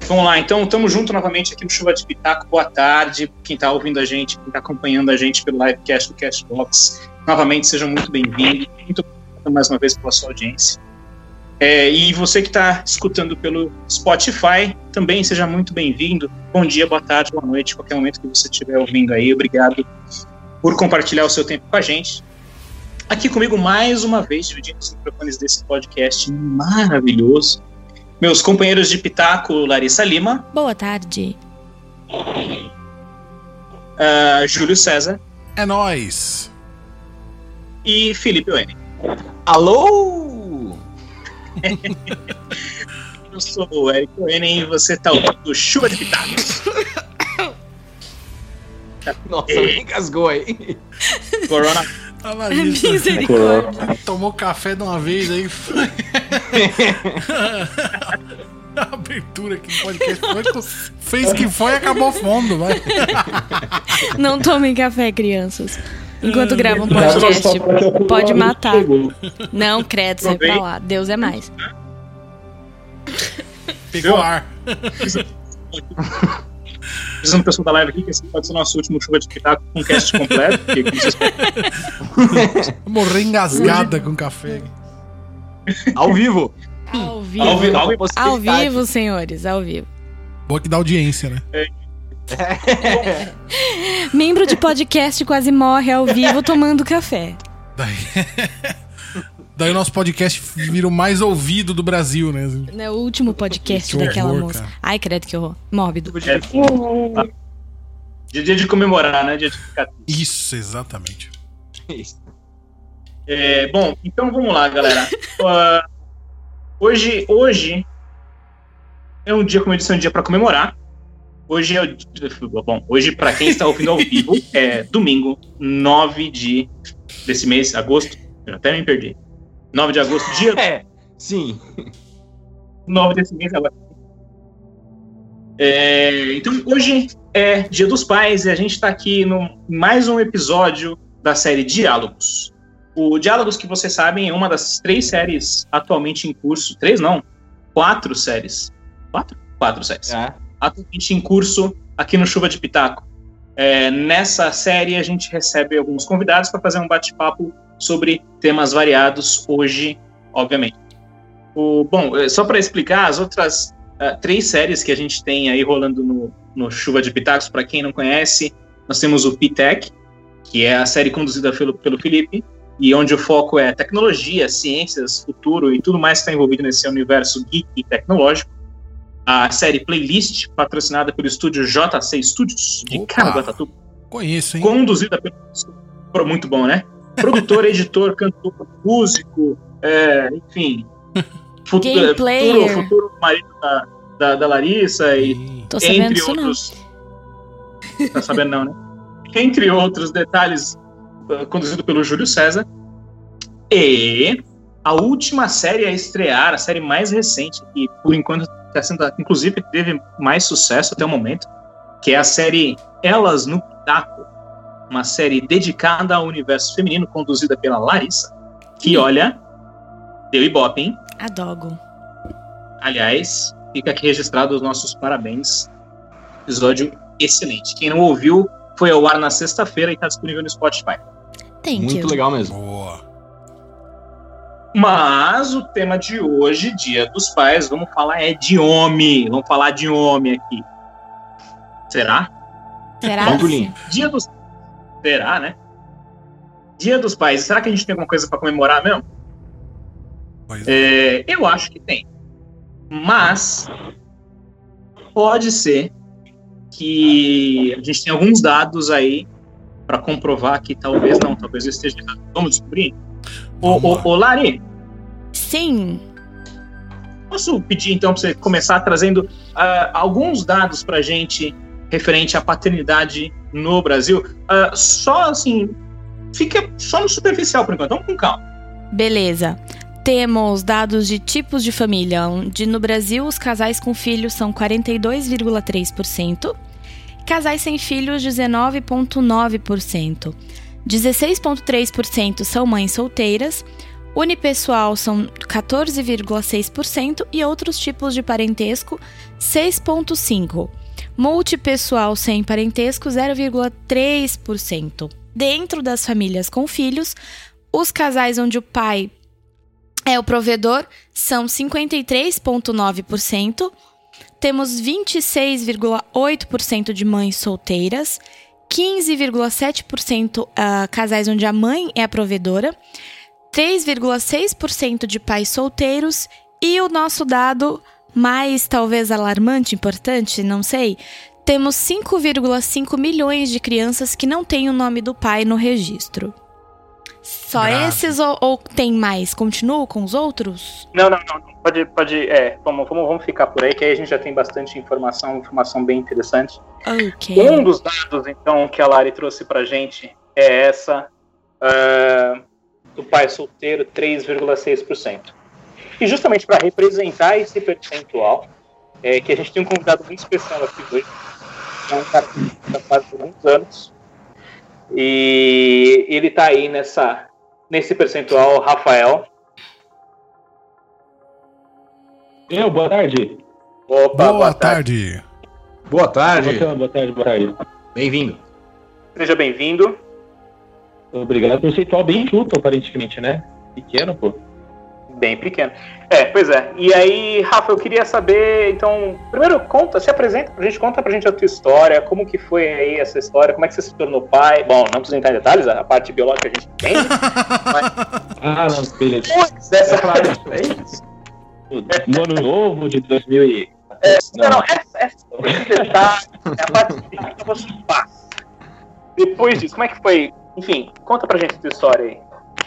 Vamos lá, então, estamos juntos novamente aqui no Chuva de Pitaco. Boa tarde, quem está ouvindo a gente, quem está acompanhando a gente pelo livecast do Castbox. Novamente, sejam muito bem-vindos. Muito obrigado mais uma vez pela sua audiência. E você que está escutando pelo Spotify, também seja muito bem-vindo. Bom dia, boa tarde, boa noite, qualquer momento que você estiver ouvindo aí. Obrigado por compartilhar o seu tempo com a gente. Aqui comigo, mais uma vez, dividindo os microfones desse podcast maravilhoso, meus companheiros de Pitaco, Larissa Lima. Boa tarde. Júlio César. É nóis. E Felipe Oene. Alô! Eu sou o Eric Oene e você tá ouvindo Chuva de Pitacos. Nossa, me engasgou aí. Corona. A Larissa Misericórdia. tomou café de uma vez aí. A abertura aqui no podcast fez que foi e acabou fundo, vai. Não tomem café, crianças. Enquanto gravam um podcast, pode matar. Não, credo, sai pra lá. Deus é mais. Pegou ar. Avisando o pessoal da live aqui que esse pode ser o nosso último Chuva de Pitaco com um cast completo. Porque, como vocês... Morrer engasgada com café. Ao vivo. Ao vivo, senhores, ao vivo. Boa que dá audiência, né? Membro de podcast quase morre ao vivo tomando café. Daí o nosso podcast vira o mais ouvido do Brasil, né? É o último podcast Que daquela horror, moça. cara. Ai, credo, que horror. Mórbido. Dia de comemorar, né? Dia de ficar triste. Isso, exatamente. Bom, então vamos lá, galera. Hoje é um dia, como eu disse, é um dia para comemorar. Hoje hoje para quem está ouvindo ao vivo é domingo, 9 desse mês, agosto. Eu até me perdi. 9 de agosto, dia. Sim. 9 desse mês agora. Então hoje é Dia dos Pais e a gente está aqui no mais um episódio da série Diálogos. O Diálogos, que vocês sabem, é uma das 3 séries atualmente em curso. 3 não, 4 séries. 4 séries. Atualmente em curso aqui no Chuva de Pitaco. Nessa série a gente recebe alguns convidados para fazer um bate-papo sobre temas variados hoje, obviamente. Só para explicar, as outras 3 séries que a gente tem aí rolando no Chuva de Pitacos, para quem não conhece, nós temos o Pitec, que é a série conduzida pelo Felipe, e onde o foco é tecnologia, ciências, futuro e tudo mais que está envolvido nesse universo geek e tecnológico. A série Playlist, patrocinada pelo estúdio JC Studios, de Caraguatatuba. Conheço, hein? Conduzida pelo... Muito bom, né? Produtor, editor, cantor, músico, enfim. Futuro marido da Larissa e Tô sabendo entre isso outros. Não. Tá sabendo não, né? Entre outros detalhes, conduzido pelo Júlio César. E a última série a estrear, a série mais recente, que por enquanto está sendo, inclusive, teve mais sucesso até o momento, que é a série Elas no Pitaco, uma série dedicada ao universo feminino, conduzida pela Larissa, que, olha, deu ibope, hein? Adogo. Aliás, fica aqui registrado os nossos parabéns. Episódio excelente. Quem não ouviu, foi ao ar na sexta-feira e está disponível no Spotify. Muito legal mesmo. Boa. Mas o tema de hoje, Dia dos Pais, vamos falar de homem. Vamos falar de homem aqui. Será? Dia dos... Será, né? Dia dos Pais. Será que a gente tem alguma coisa para comemorar mesmo? Eu acho que tem. Mas pode ser que a gente tenha alguns dados aí para comprovar que talvez não, talvez eu esteja errado. Vamos descobrir? Ô Lari? Sim. Posso pedir então para você começar trazendo alguns dados pra gente referente à paternidade no Brasil? Só assim, fica só no superficial por enquanto, vamos com calma. Beleza. Temos dados de tipos de família, onde no Brasil os casais com filhos são 42,3%, casais sem filhos 19,9%, 16,3% são mães solteiras, Unipessoal são 14,6% e outros tipos de parentesco 6,5%. Multipessoal sem parentesco 0,3%. Dentro das famílias com filhos, os casais onde o pai é o provedor são 53,9%. Temos 26,8% de mães solteiras, 15,7% casais onde a mãe é a provedora, 3,6% de pais solteiros e o nosso dado mais talvez alarmante, importante, não sei, temos 5,5 milhões de crianças que não têm o nome do pai no registro. Só Grave. Esses ou tem mais? Continuo com os outros? Não. Pode. Vamos ficar por aí, que aí a gente já tem bastante informação bem interessante. Ok. Um dos dados, então, que a Lari trouxe pra gente é essa do pai solteiro, 3,6%. E justamente para representar esse percentual, que a gente tem um convidado muito especial aqui hoje, é um cara que está faz alguns anos, e ele está aí nesse percentual, Rafael. Boa tarde. Opa, Boa tarde. Boa tarde. Boa tarde. Bem-vindo. Seja bem-vindo. Obrigado. Percentual bem junto, aparentemente, né? Pequeno, pô. Bem pequeno. Pois é. E aí, Rafa, eu queria saber, então, primeiro se apresenta pra gente, conta pra gente a tua história, como que foi aí essa história, como é que você se tornou pai? Bom, não precisa entrar em detalhes, a parte biológica a gente entende. Mas... não, beleza. Dessa No ano novo de 2000 e... essa detalhe é a parte que você passa. Depois disso, como é que foi? Enfim, conta pra gente a tua história aí.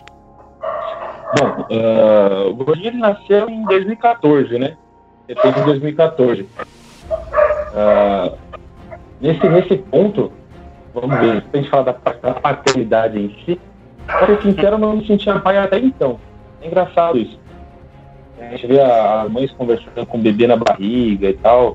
Bom, o Gordinho ele nasceu em 2014, né? Setembro de 2014. Nesse ponto, vamos ver, se a gente falar da paternidade em si, pra ser sincero, eu não me sentia pai até então. É engraçado isso. A gente vê as mães conversando com o bebê na barriga e tal,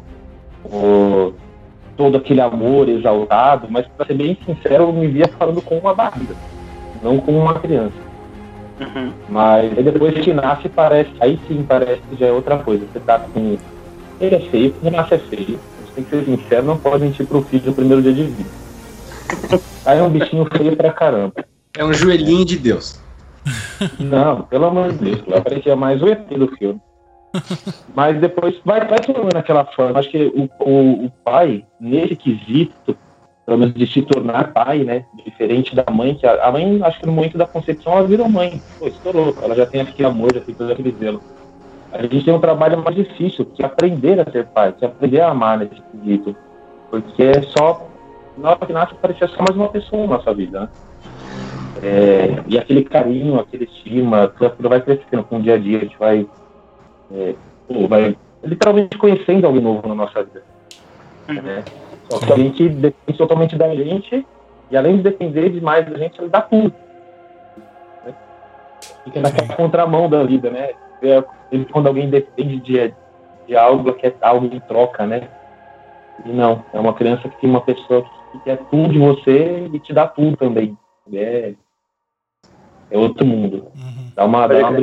todo aquele amor exaltado, mas pra ser bem sincero, eu me via falando com uma barriga, não com uma criança. Uhum. Mas aí depois que nasce, aí sim parece que já é outra coisa. Você tá com... Ele é feio, quando nasce é feio. Você tem que ser sincero, não pode mentir pro filho no primeiro dia de vida. Aí é um bichinho feio pra caramba. É um joelhinho de Deus. Não, pelo amor de Deus, lá parecia mais o ET do filme. Mas depois vai tornando aquela forma. Acho que o pai, nesse quesito, pelo menos de se tornar pai, né? Diferente da mãe, que a mãe, acho que no momento da concepção, ela virou mãe. Pô, estourou. Ela já tem aquele amor, já tem todo aquele zelo. A gente tem um trabalho mais difícil, que é aprender a ser pai, que é aprender a amar nesse quesito. Porque é só, na hora que nasce, parecia só mais uma pessoa na nossa vida, né? E aquele carinho, aquele estima, tudo vai crescendo com o dia a dia, a gente vai literalmente conhecendo algo novo na nossa vida. Né? Só que a gente depende totalmente da gente, e além de depender demais da gente, ele dá tudo. Né? Fica naquela contramão da vida, né? Quando alguém depende de algo, quer algo em troca, né? E não, é uma criança que tem uma pessoa que quer tudo de você e te dá tudo também. É outro mundo. Uhum. Dá uma variada.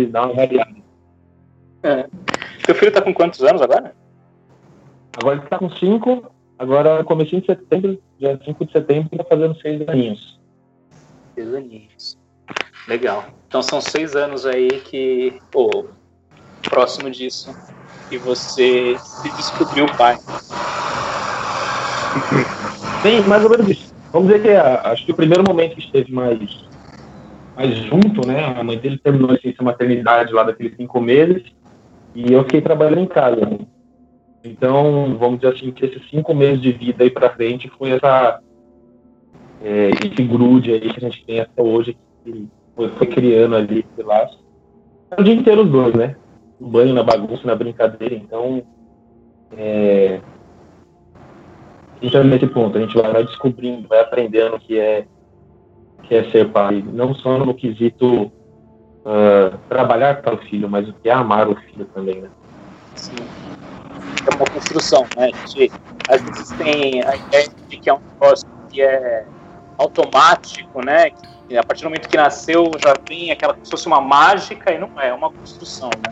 Seu filho tá com quantos anos agora? Agora ele tá com 5, agora comecinho de setembro, dia 5 de setembro, ele tá fazendo 6 aninhos. 6 aninhos. Legal. Então são 6 anos aí que, próximo disso, que você se descobriu pai. Sim, mais ou menos isso. Vamos dizer que acho que o primeiro momento que esteve mais junto, né? A mãe dele terminou a licença maternidade lá daqueles 5 meses e eu fiquei trabalhando em casa. Né? Então, vamos dizer assim, que esses 5 meses de vida aí pra frente foi esse grude aí que a gente tem até hoje, que foi criando ali esse laço. É o dia inteiro os dois, né? No banho, na bagunça, na brincadeira. Então, então, nesse ponto, a gente vai descobrindo, vai aprendendo o que é ser pai, não só no quesito trabalhar para o filho, mas o que é amar o filho também, né? Sim. É uma construção, né? Às vezes tem a ideia de que é um negócio que é automático, né? E a partir do momento que nasceu, já vem aquela como se fosse uma mágica, e não é uma construção, né?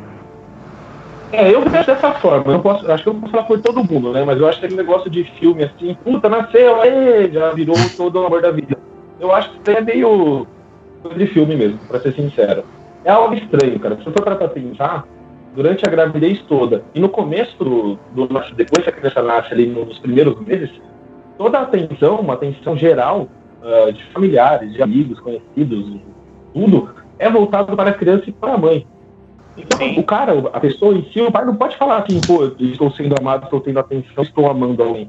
Eu vejo dessa forma. Acho que eu não posso falar por todo mundo, né? Mas eu acho que aquele negócio de filme assim, puta, nasceu, aí já virou todo o amor da vida. Eu acho que isso é meio de filme mesmo, pra ser sincero. É algo estranho, cara. Se eu for pra pensar, durante a gravidez toda e no começo depois que a criança nasce ali nos primeiros meses, toda a atenção, uma atenção geral de familiares, de amigos, conhecidos, tudo é voltado para a criança e para a mãe. Então, Sim. o cara, a pessoa em si, o pai não pode falar assim, pô, estou sendo amado, estou tendo atenção, estou amando alguém.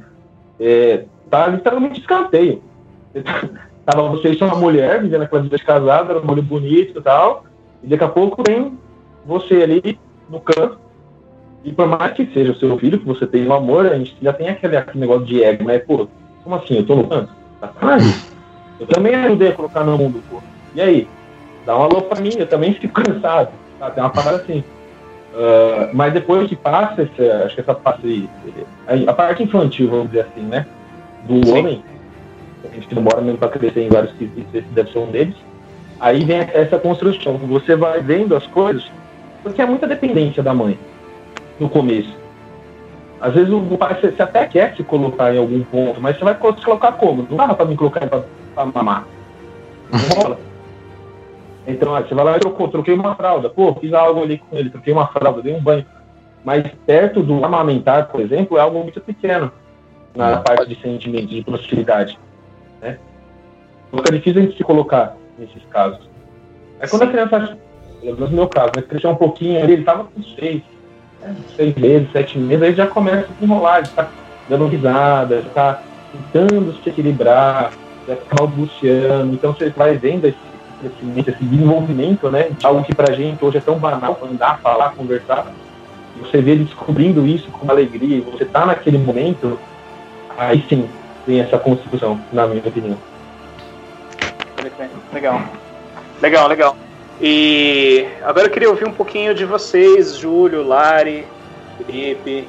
Tá literalmente escanteio. Tava vocês são uma mulher, vivendo aquela vida de casada, era um olho bonito e tal, e daqui a pouco tem você ali no canto, e por mais que seja o seu filho, que você tem um amor, a gente já tem aquele negócio de ego, né? Pô, como assim? Eu tô no canto? Sacanagem. Eu também ajudei a colocar no mundo, pô. E aí? Dá um alô pra mim, eu também fico cansado. Tá? Tem uma parada assim. Mas depois que passa, acho que essa parte a parte infantil, vamos dizer assim, né? Do Sim. homem, a gente demora mesmo pra crescer em vários quesitos, esse deve ser um deles. Aí vem essa construção, você vai vendo as coisas, porque é muita dependência da mãe no começo. Às vezes o pai você até quer se colocar em algum ponto, mas você vai se colocar como? Não dá pra me colocar pra mamar. Não rola. Então, você vai lá e troquei uma fralda. Pô, fiz algo ali com ele, troquei uma fralda, dei um banho. Mas perto do amamentar, por exemplo, é algo muito pequeno na parte de sentimento, de proximidade. Né? Fica difícil a gente se colocar nesses casos. Aí quando a criança, no meu caso, cresceu um pouquinho ali, ele tava com 6 meses, 7 meses, aí já começa a se enrolar, ele tá dando risada, já tá tentando se equilibrar, já tá balbuciando. Então você vai vendo esse crescimento, esse desenvolvimento, né? Algo que pra gente hoje é tão banal, andar, falar, conversar. Você vê ele descobrindo isso com alegria, e você tá naquele momento, aí sim vem essa construção, na minha opinião. Legal. E agora eu queria ouvir um pouquinho de vocês, Júlio, Lari, Felipe.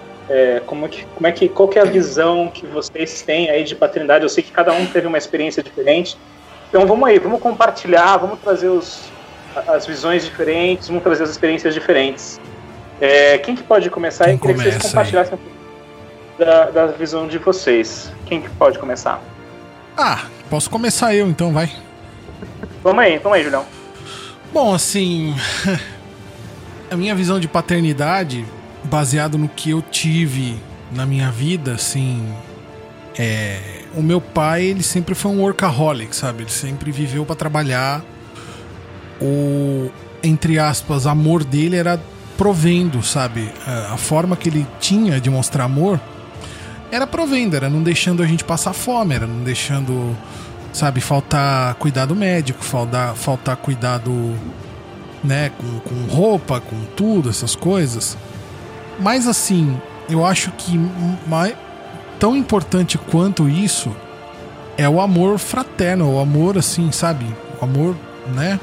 Qual que é a visão que vocês têm aí de paternidade? Eu sei que cada um teve uma experiência diferente. Então vamos compartilhar, vamos trazer as visões diferentes, vamos trazer as experiências diferentes. Quem que pode começar? Eu queria que vocês compartilhassem um pouco da visão de vocês. Quem que pode começar? Posso começar eu então, vai. Vamos aí, Julião. Bom, assim, a minha visão de paternidade, baseado no que eu tive na minha vida, assim, o meu pai, ele sempre foi um workaholic, sabe? Ele sempre viveu pra trabalhar. O, entre aspas, amor dele era provendo, sabe? A forma que ele tinha de mostrar amor era provendo, era não deixando a gente passar fome, era não deixando, sabe, faltar cuidado médico, faltar cuidado, né, com roupa, com tudo, essas coisas. Mas assim, eu acho que tão importante quanto isso é o amor fraterno, o amor assim, sabe? O amor, né?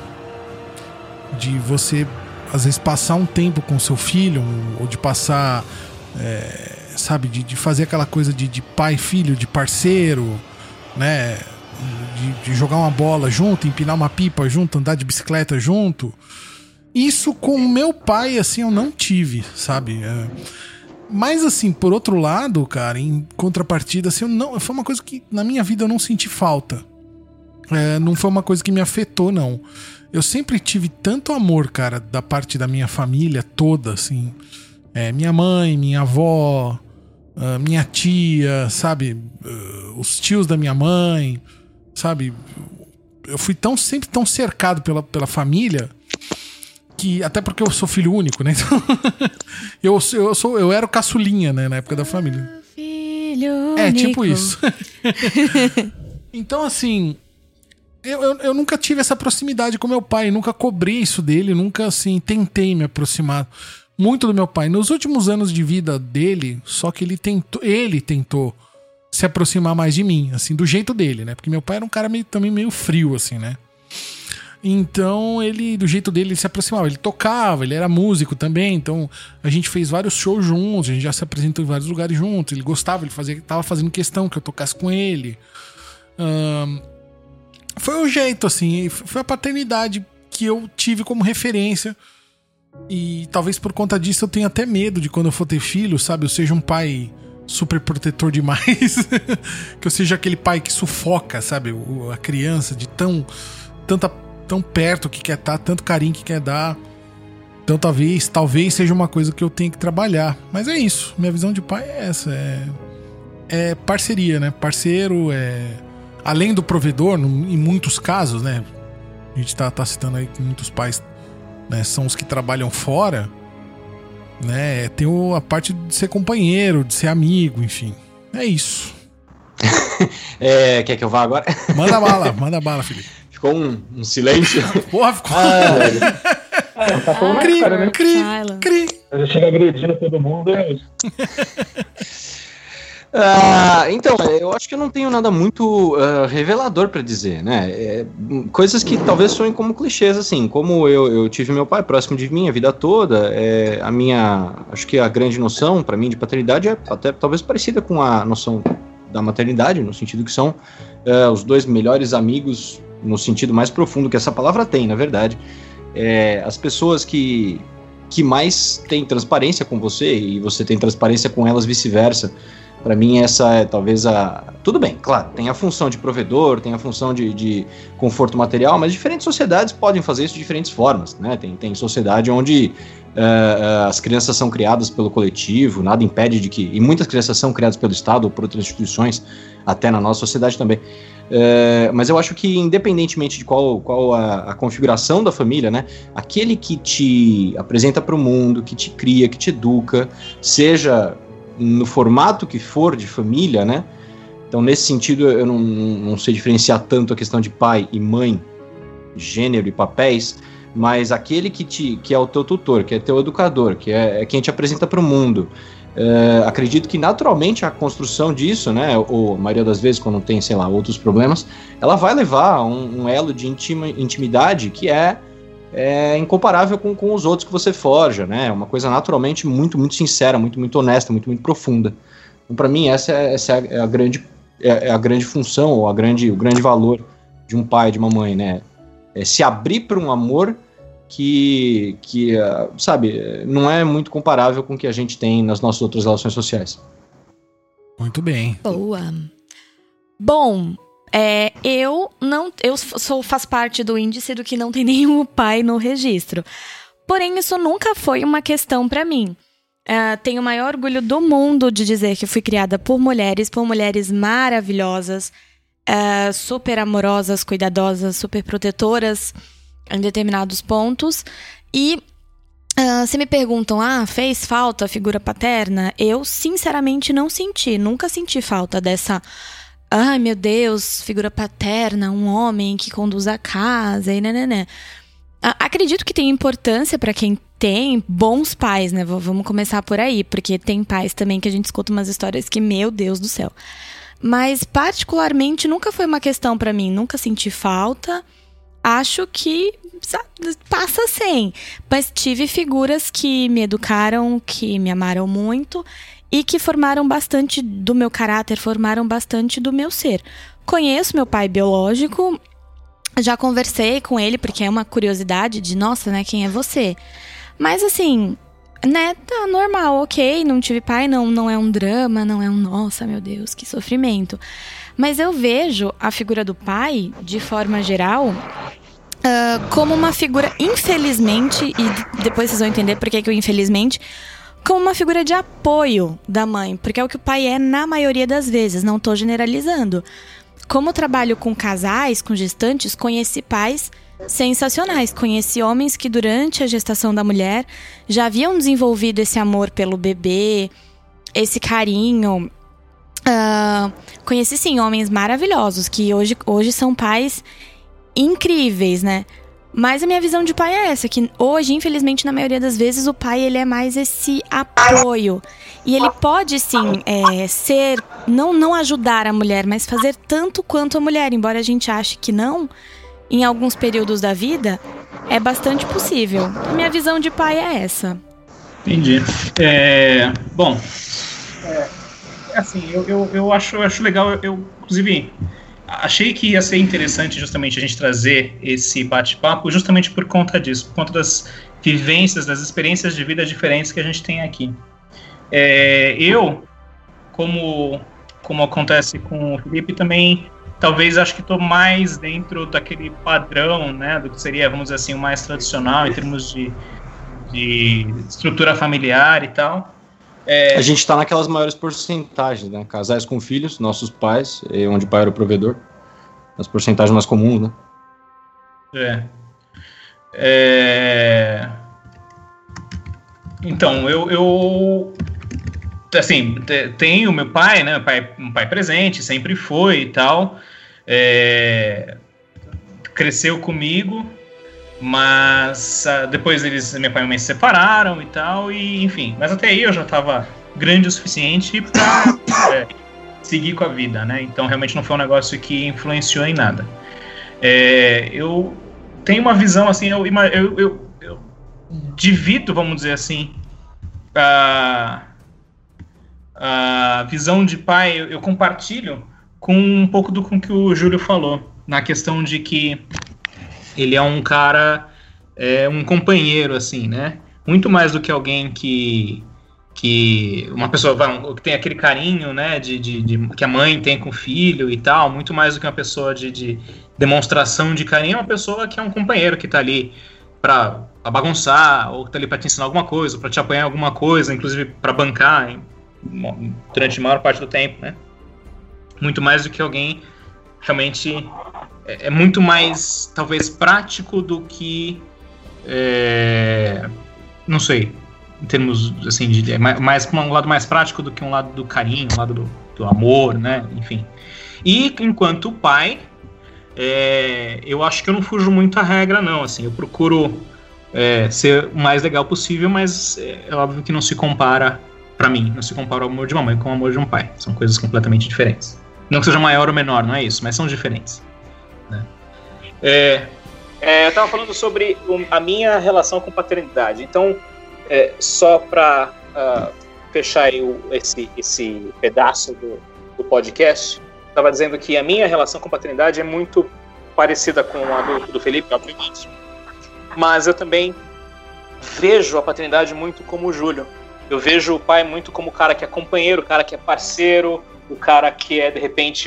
De você, às vezes, passar um tempo com seu filho, ou de passar, sabe? De fazer aquela coisa de pai e filho, de parceiro, né? De jogar uma bola junto, empinar uma pipa junto, andar de bicicleta junto. Isso com o meu pai, assim, eu não tive, sabe? Mas, assim, por outro lado, cara, em contrapartida, assim, foi uma coisa que na minha vida eu não senti falta. Não foi uma coisa que me afetou, não. Eu sempre tive tanto amor, cara, da parte da minha família toda, assim. Minha mãe, minha avó, minha tia, sabe? Os tios da minha mãe, sabe? Eu fui sempre tão cercado pela família, que até porque eu sou filho único, né? Então, eu era o caçulinha, né, na época da família. Filho único. Tipo isso. Então, assim, eu nunca tive essa proximidade com meu pai, nunca cobrei isso dele, nunca, assim, tentei me aproximar muito do meu pai. Nos últimos anos de vida dele, só que ele tentou se aproximar mais de mim, assim, do jeito dele, né? Porque meu pai era um cara também meio frio, assim, né? Então, ele, do jeito dele, ele se aproximava. Ele tocava, ele era músico também. Então, a gente fez vários shows juntos. A gente já se apresentou em vários lugares juntos. Ele gostava, ele tava fazendo questão que eu tocasse com ele. foi o jeito, assim, foi a paternidade que eu tive como referência. E talvez por conta disso eu tenha até medo de quando eu for ter filho, sabe? Eu seja um pai super protetor demais. Que eu seja aquele pai que sufoca, sabe? A criança de tão perto que quer estar, tanto carinho que quer dar. Então talvez seja uma coisa que eu tenha que trabalhar. Mas é isso, minha visão de pai é essa. É parceria, né? Parceiro além do provedor, em muitos casos, né? A gente tá citando aí que muitos pais, né, são os que trabalham fora, né? Tem a parte de ser companheiro, de ser amigo, enfim. É isso. Quer que eu vá agora? Manda bala, Felipe. Ficou um silêncio. Porra, ficou. Tá falando na cara, né? Cri. Ele chega agredindo todo mundo, é isso. Então, eu acho que eu não tenho nada muito revelador pra dizer, né? Coisas que talvez soem como clichês, assim, como eu tive meu pai próximo de mim a vida toda, acho que a grande noção pra mim de paternidade é até talvez parecida com a noção da maternidade, no sentido que são os dois melhores amigos, no sentido mais profundo que essa palavra tem, na verdade. As pessoas que mais têm transparência com você e você tem transparência com elas, vice-versa. Para mim essa é talvez tudo bem, claro, tem a função de provedor, tem a função de conforto material, mas diferentes sociedades podem fazer isso de diferentes formas, né? Tem sociedade onde as crianças são criadas pelo coletivo, nada impede de que... E muitas crianças são criadas pelo Estado ou por outras instituições, até na nossa sociedade também. Mas eu acho que independentemente de qual a configuração da família, né? Aquele que te apresenta para o mundo, que te cria, que te educa, seja... no formato que for de família, né? Então, nesse sentido, eu não sei diferenciar tanto a questão de pai e mãe, gênero e papéis, mas aquele que é o teu tutor, que é teu educador, que é quem te apresenta para o mundo. Acredito que, naturalmente, a construção disso, né? Ou a maioria das vezes, quando tem, sei lá, outros problemas, ela vai levar a um elo de intimidade que é incomparável com os outros que você forja, né? É uma coisa naturalmente muito, muito sincera, muito, muito honesta, muito, muito profunda. Então, para mim, essa é a grande função, ou o grande valor de um pai, de uma mãe, né? Se abrir para um amor que sabe, não é muito comparável com o que a gente tem nas nossas outras relações sociais. Muito bem. Boa. Bom... eu faço parte do índice do que não tem nenhum pai no registro. Porém, isso nunca foi uma questão pra mim. Tenho o maior orgulho do mundo de dizer que fui criada por mulheres maravilhosas, super amorosas, cuidadosas, super protetoras em determinados pontos. E se me perguntam, fez falta a figura paterna? Eu, sinceramente, não senti. Nunca senti falta dessa... Ai, meu Deus, figura paterna, um homem que conduz a casa e né. Acredito que tem importância para quem tem bons pais, né? Vamos começar por aí, porque tem pais também que a gente escuta umas histórias que, meu Deus do céu. Mas, particularmente, nunca foi uma questão para mim, nunca senti falta. Acho que passa sem. Mas tive figuras que me educaram, que me amaram muito... e que formaram bastante do meu caráter, formaram bastante do meu ser. Conheço meu pai biológico, já conversei com ele, porque é uma curiosidade de, nossa, né, quem é você? Mas assim, né, tá normal, ok, não tive pai, não é um drama, não é um, nossa, meu Deus, que sofrimento. Mas eu vejo a figura do pai, de forma geral... como uma figura, infelizmente, e depois vocês vão entender por que eu infelizmente... como uma figura de apoio da mãe, porque é o que o pai é na maioria das vezes, não estou generalizando. Como trabalho com casais, com gestantes, conheci pais sensacionais, conheci homens que durante a gestação da mulher já haviam desenvolvido esse amor pelo bebê, esse carinho. Conheci sim homens maravilhosos, que hoje são pais incríveis, né? Mas a minha visão de pai é essa, que hoje, infelizmente, na maioria das vezes, o pai ele é mais esse apoio. E ele pode, sim, ser... Não ajudar a mulher, mas fazer tanto quanto a mulher. Embora a gente ache que não, em alguns períodos da vida, é bastante possível. A minha visão de pai é essa. Entendi. Assim, eu acho legal, inclusive... achei que ia ser interessante justamente a gente trazer esse bate-papo justamente por conta disso, por conta das vivências, das experiências de vida diferentes que a gente tem aqui. Eu, como acontece com o Felipe, também talvez acho que estou mais dentro daquele padrão, né, do que seria, vamos dizer assim, o mais tradicional em termos de estrutura familiar e tal. A gente está naquelas maiores porcentagens, né? Casais com filhos, nossos pais, onde o pai era o provedor. As porcentagens mais comuns, né? Então, eu assim, tenho meu pai, né? Um pai presente, sempre foi e tal. Cresceu comigo, mas depois meu pai e minha mãe se separaram e tal, e enfim. Mas até aí eu já estava grande o suficiente para seguir com a vida, né? Então realmente não foi um negócio que influenciou em nada. Eu tenho uma visão assim, eu divido, vamos dizer assim, a visão de pai, eu compartilho com um pouco com que o Júlio falou, na questão de que ele é um cara, um companheiro, assim, né? Muito mais do que alguém que uma pessoa que tem aquele carinho, né, que a mãe tem com o filho e tal, muito mais do que uma pessoa de demonstração de carinho, é uma pessoa que é um companheiro que tá ali pra bagunçar, ou tá ali pra te ensinar alguma coisa, pra te apoiar em alguma coisa, inclusive pra bancar durante a maior parte do tempo, né? Muito mais do que alguém realmente é muito mais, talvez, prático do que não sei, em termos assim, mais um lado mais prático do que um lado do carinho, um lado do amor, né? Enfim. E enquanto pai, eu acho que eu não fujo muito à regra, não. Assim, eu procuro ser o mais legal possível, mas é óbvio que não se compara, pra mim, não se compara o amor de uma mãe com o amor de um pai. São coisas completamente diferentes. Não que seja maior ou menor, não é isso, mas são diferentes, né? Eu estava falando sobre a minha relação com paternidade. Então, só para fechar aí esse pedaço do podcast, estava dizendo que a minha relação com paternidade é muito parecida com a do Felipe, obviamente. Mas eu também vejo a paternidade muito como o Júlio. Eu vejo o pai muito como o cara que é companheiro, o cara que é parceiro, o cara que é, de repente,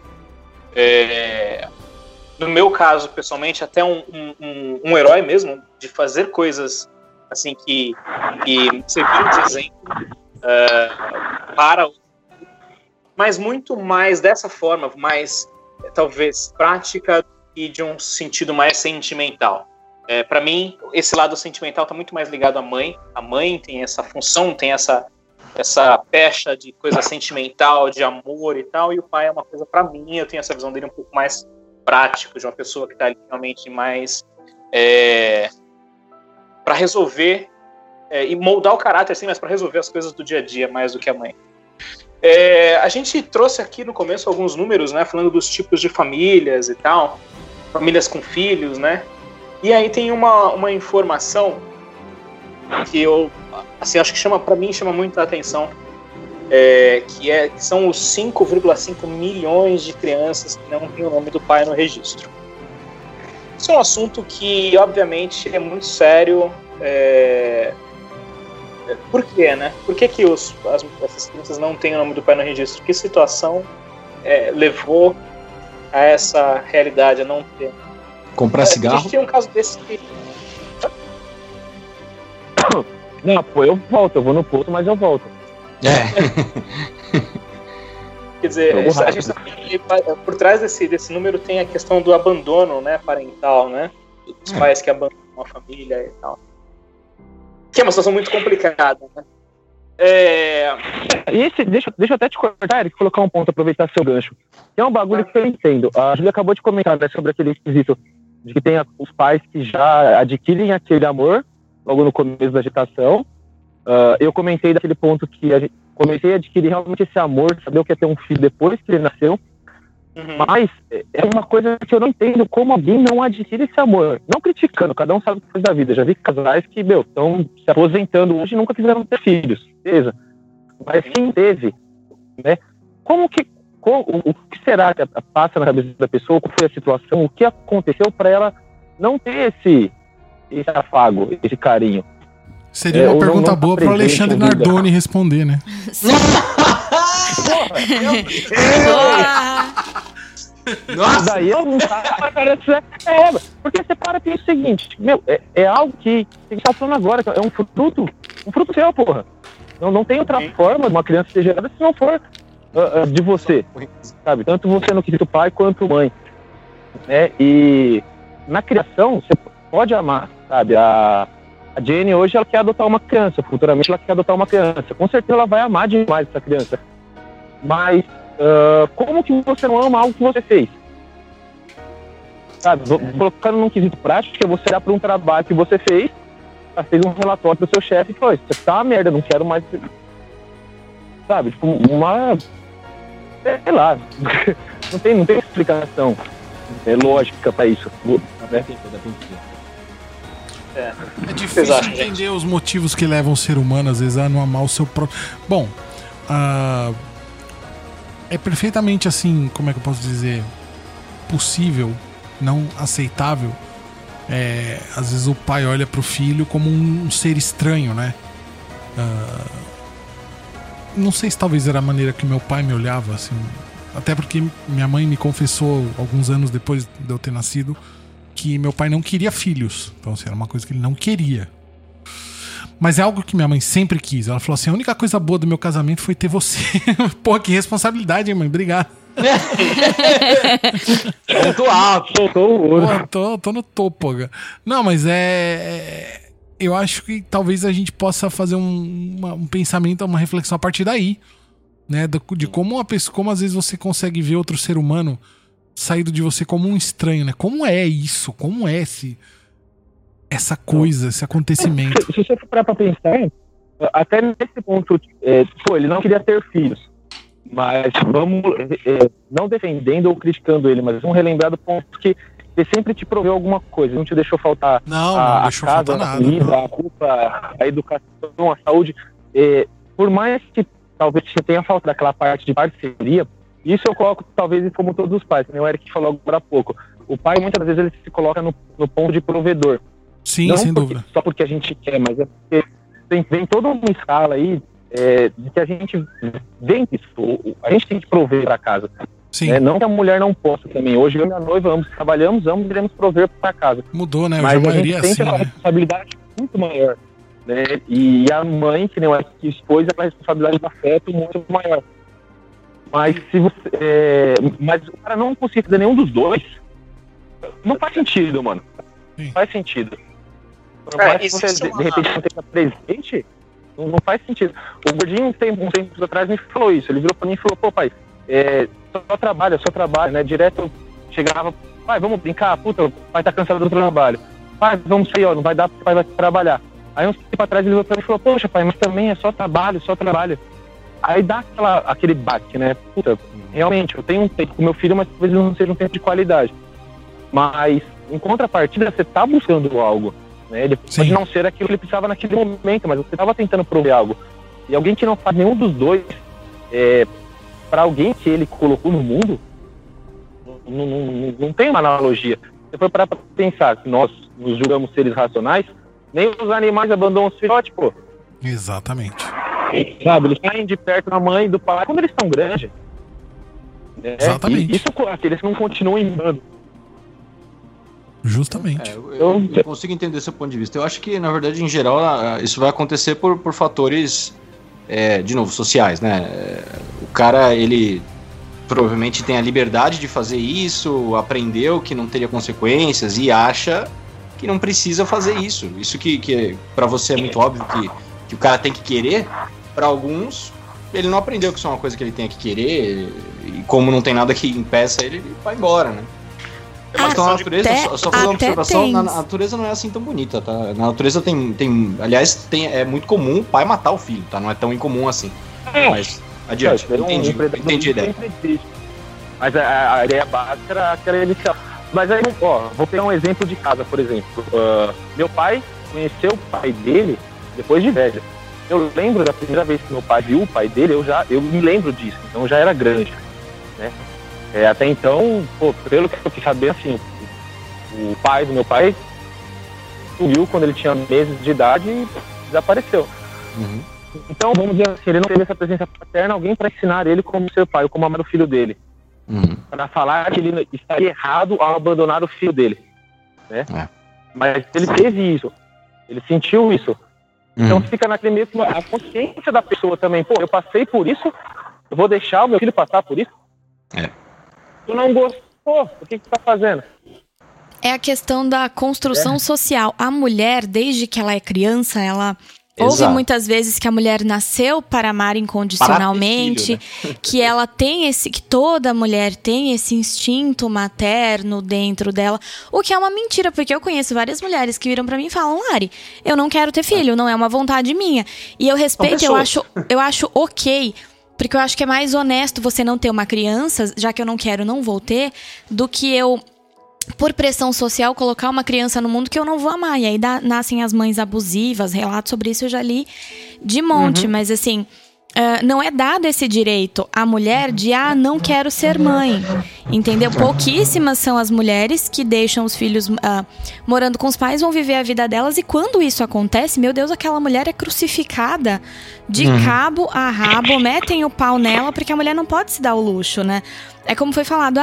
no meu caso, pessoalmente, até um herói mesmo, de fazer coisas assim que serviram de exemplo para, mas muito mais dessa forma, mais talvez prática e de um sentido mais sentimental. Para mim, esse lado sentimental está muito mais ligado à mãe. A mãe tem essa função, tem essa pecha de coisa sentimental, de amor e tal, e o pai é uma coisa, para mim, eu tenho essa visão dele um pouco mais prático, de uma pessoa que está ali realmente mais para resolver e moldar o caráter, assim, mas para resolver as coisas do dia a dia mais do que a mãe. A gente trouxe aqui no começo alguns números, né, falando dos tipos de famílias e tal, famílias com filhos, né, e aí tem uma informação que eu, assim, acho que chama muito a atenção, que são os 5,5 milhões de crianças que não têm o nome do pai no registro. Isso é um assunto que, obviamente, é muito sério. Por quê, né? Por que essas crianças não têm o nome do pai no registro? Que situação levou a essa realidade, a não ter? Comprar cigarro? A gente tem um caso desse que... Não, pô, eu volto, eu vou no posto, mas eu volto. Quer dizer, a gente por trás desse número tem a questão do abandono, né, parental, né? Dos pais que abandonam a família e tal. Que é uma situação muito complicada, né? Deixa eu até te cortar, Eric, colocar um ponto, aproveitar seu gancho. Que é um bagulho que eu entendo. A Júlia acabou de comentar, né, sobre aquele quesito de que tem os pais que já adquirem aquele amor logo no começo da gestação. Eu comentei daquele ponto que comecei a adquirir realmente esse amor, saber o que é ter um filho depois que ele nasceu. Uhum. Mas é uma coisa que eu não entendo como alguém não adquire esse amor. Não criticando, cada um sabe o que faz da vida. Já vi casais que, estão se aposentando hoje e nunca quiseram ter filhos. Beleza. Mas quem teve, né? Como o que será que passa na cabeça da pessoa, qual foi a situação, o que aconteceu para ela não ter esse afago, esse carinho. Seria uma pergunta boa pro Alexandre Nardoni responder, né? Nossa! Daí eu não porque você para e pensa o seguinte, é algo que a gente tá falando agora, é um fruto seu, porra. Não tem outra forma de uma criança ser gerada se não for de você, sabe? Tanto você no quesito pai quanto mãe, né? E na criação, você pode amar, sabe? A Jenny hoje, ela quer adotar uma criança, futuramente ela quer adotar uma criança. Com certeza ela vai amar demais essa criança. Mas como que você não ama algo que você fez? Sabe? Colocando num quesito prático, que você olhar para um trabalho que você fez um relatório pro seu chefe e falou, isso aqui tá uma merda, não quero mais. Sabe? Tipo, sei lá. não tem explicação lógica pra isso. Né? É difícil entender os motivos que levam o ser humano, às vezes, a não amar o seu próprio... Bom, é perfeitamente assim, como é que eu posso dizer, possível, não aceitável. Às vezes o pai olha pro filho como um ser estranho, né? Não sei se talvez era a maneira que meu pai me olhava, assim, até porque minha mãe me confessou alguns anos depois de eu ter nascido que meu pai não queria filhos. Então, assim, era uma coisa que ele não queria. Mas é algo que minha mãe sempre quis. Ela falou assim, a única coisa boa do meu casamento foi ter você. Pô, que responsabilidade, hein, mãe? Obrigado. Ponto alto, soltou o ouro. Tô no topo, cara. Não, mas eu acho que talvez a gente possa fazer um pensamento, uma reflexão a partir daí, né? De como como às vezes você consegue ver outro ser humano saído de você como um estranho, né? Como é isso? Como é essa coisa, esse acontecimento? Se você for parar pra pensar, até nesse ponto, ele não queria ter filhos. Mas vamos, não defendendo ou criticando ele, mas vamos relembrar do ponto que ele sempre te proveu alguma coisa, não te deixou faltar não deixou casa, faltar nada, a comida, a roupa, a educação, a saúde. Por mais que talvez você tenha faltado aquela parte de parceria, isso eu coloco talvez como todos os pais, como o Eric falou agora há pouco. O pai muitas vezes ele se coloca no ponto de provedor. Sim, não sem dúvida. Só porque a gente quer, mas é porque vem toda uma escala aí de que a gente vem isso, a gente tem que prover para casa. Sim. Não que a mulher não possa também. Hoje eu e minha noiva ambos trabalhamos, ambos iremos prover para casa. Mudou, né? Mas a gente tem assim, uma responsabilidade muito maior, né? E a mãe, que nem o que expôs, aquela responsabilidade de afeto muito maior. Mas se você, mas o cara não conseguir fazer nenhum dos dois, não faz sentido, mano. Não faz sentido. Mas se você de repente não esteja presente, não faz sentido. O Gordinho, um tempo atrás, me falou isso. Ele virou pra mim e falou, pô, pai, só trabalha, né? Direto eu chegava, pai, vamos brincar, puta, o pai tá cansado do trabalho. Pai, vamos sair, não vai dar porque o pai vai trabalhar. Aí uns tempo atrás ele virou pra mim e falou, poxa, pai, mas também é só trabalho. Aí dá aquele baque, né? Puta, realmente, eu tenho um tempo com meu filho, mas talvez não seja um tempo de qualidade. Mas, em contrapartida, você tá buscando algo. Né? Ele pode não ser aquilo que ele precisava naquele momento, mas você estava tentando prover algo. E alguém que não faz nenhum dos dois, para alguém que ele colocou no mundo, não tem uma analogia. Você foi parar para pensar que nós nos julgamos seres racionais, nem os animais abandonam os filhotes, pô. Exatamente. Sabe, eles saem de perto da mãe e do pai quando eles estão grandes. Né? Exatamente. E isso, eles não continuam em bando. Justamente. Eu consigo entender seu ponto de vista. Eu acho que, na verdade, em geral, isso vai acontecer por fatores, de novo, sociais, né? O cara, ele provavelmente tem a liberdade de fazer isso, aprendeu que não teria consequências e acha que não precisa fazer isso. Isso que pra você é muito óbvio que o cara tem que querer, pra alguns, ele não aprendeu que isso é uma coisa que ele tem que querer e como não tem nada que impeça ele vai embora, né? Então a natureza, só fazer uma observação, a natureza não é assim tão bonita, tá? Na natureza aliás, é muito comum o pai matar o filho, tá? Não é tão incomum assim. Mas, adiante, entendi a ideia. Mas a ideia básica era aquela inicial. Mas aí, vou pegar um exemplo de casa, por exemplo. Meu pai conheceu o pai dele depois de velho. Eu lembro da primeira vez que meu pai viu o pai dele, eu me lembro disso, então eu já era grande. né? Até então, pelo que eu fiquei sabendo, assim, o pai do meu pai sumiu quando ele tinha meses de idade e desapareceu. Uhum. Então, vamos dizer assim, ele não teve essa presença paterna, alguém para ensinar ele como ser pai, ou como amar o filho dele. Uhum. Para falar que ele estaria errado ao abandonar o filho dele, né? Mas ele teve isso, ele sentiu isso. Então fica naquele mesmo, a consciência da pessoa também. Pô, eu passei por isso, eu vou deixar o meu filho passar por isso? Tu não gostou, o que tu tá fazendo? É a questão da construção social. A mulher, desde que ela é criança, ela ouve muitas vezes que a mulher nasceu para amar incondicionalmente, filho, né? Que ela tem que toda mulher tem esse instinto materno dentro dela, o que é uma mentira, porque eu conheço várias mulheres que viram pra mim e falam: Lari, eu não quero ter filho, não é uma vontade minha. E eu respeito, eu acho ok, porque eu acho que é mais honesto você não ter uma criança, já que eu não quero, não vou ter, do que eu, por pressão social, colocar uma criança no mundo que eu não vou amar. E aí nascem as mães abusivas, relatos sobre isso eu já li de monte. Mas assim, não é dado esse direito à mulher de, não quero ser mãe, entendeu? Pouquíssimas são as mulheres que deixam os filhos morando com os pais, vão viver a vida delas. E quando isso acontece, meu Deus, aquela mulher é crucificada de cabo a rabo, metem o pau nela, porque a mulher não pode se dar o luxo, né? É como foi falado,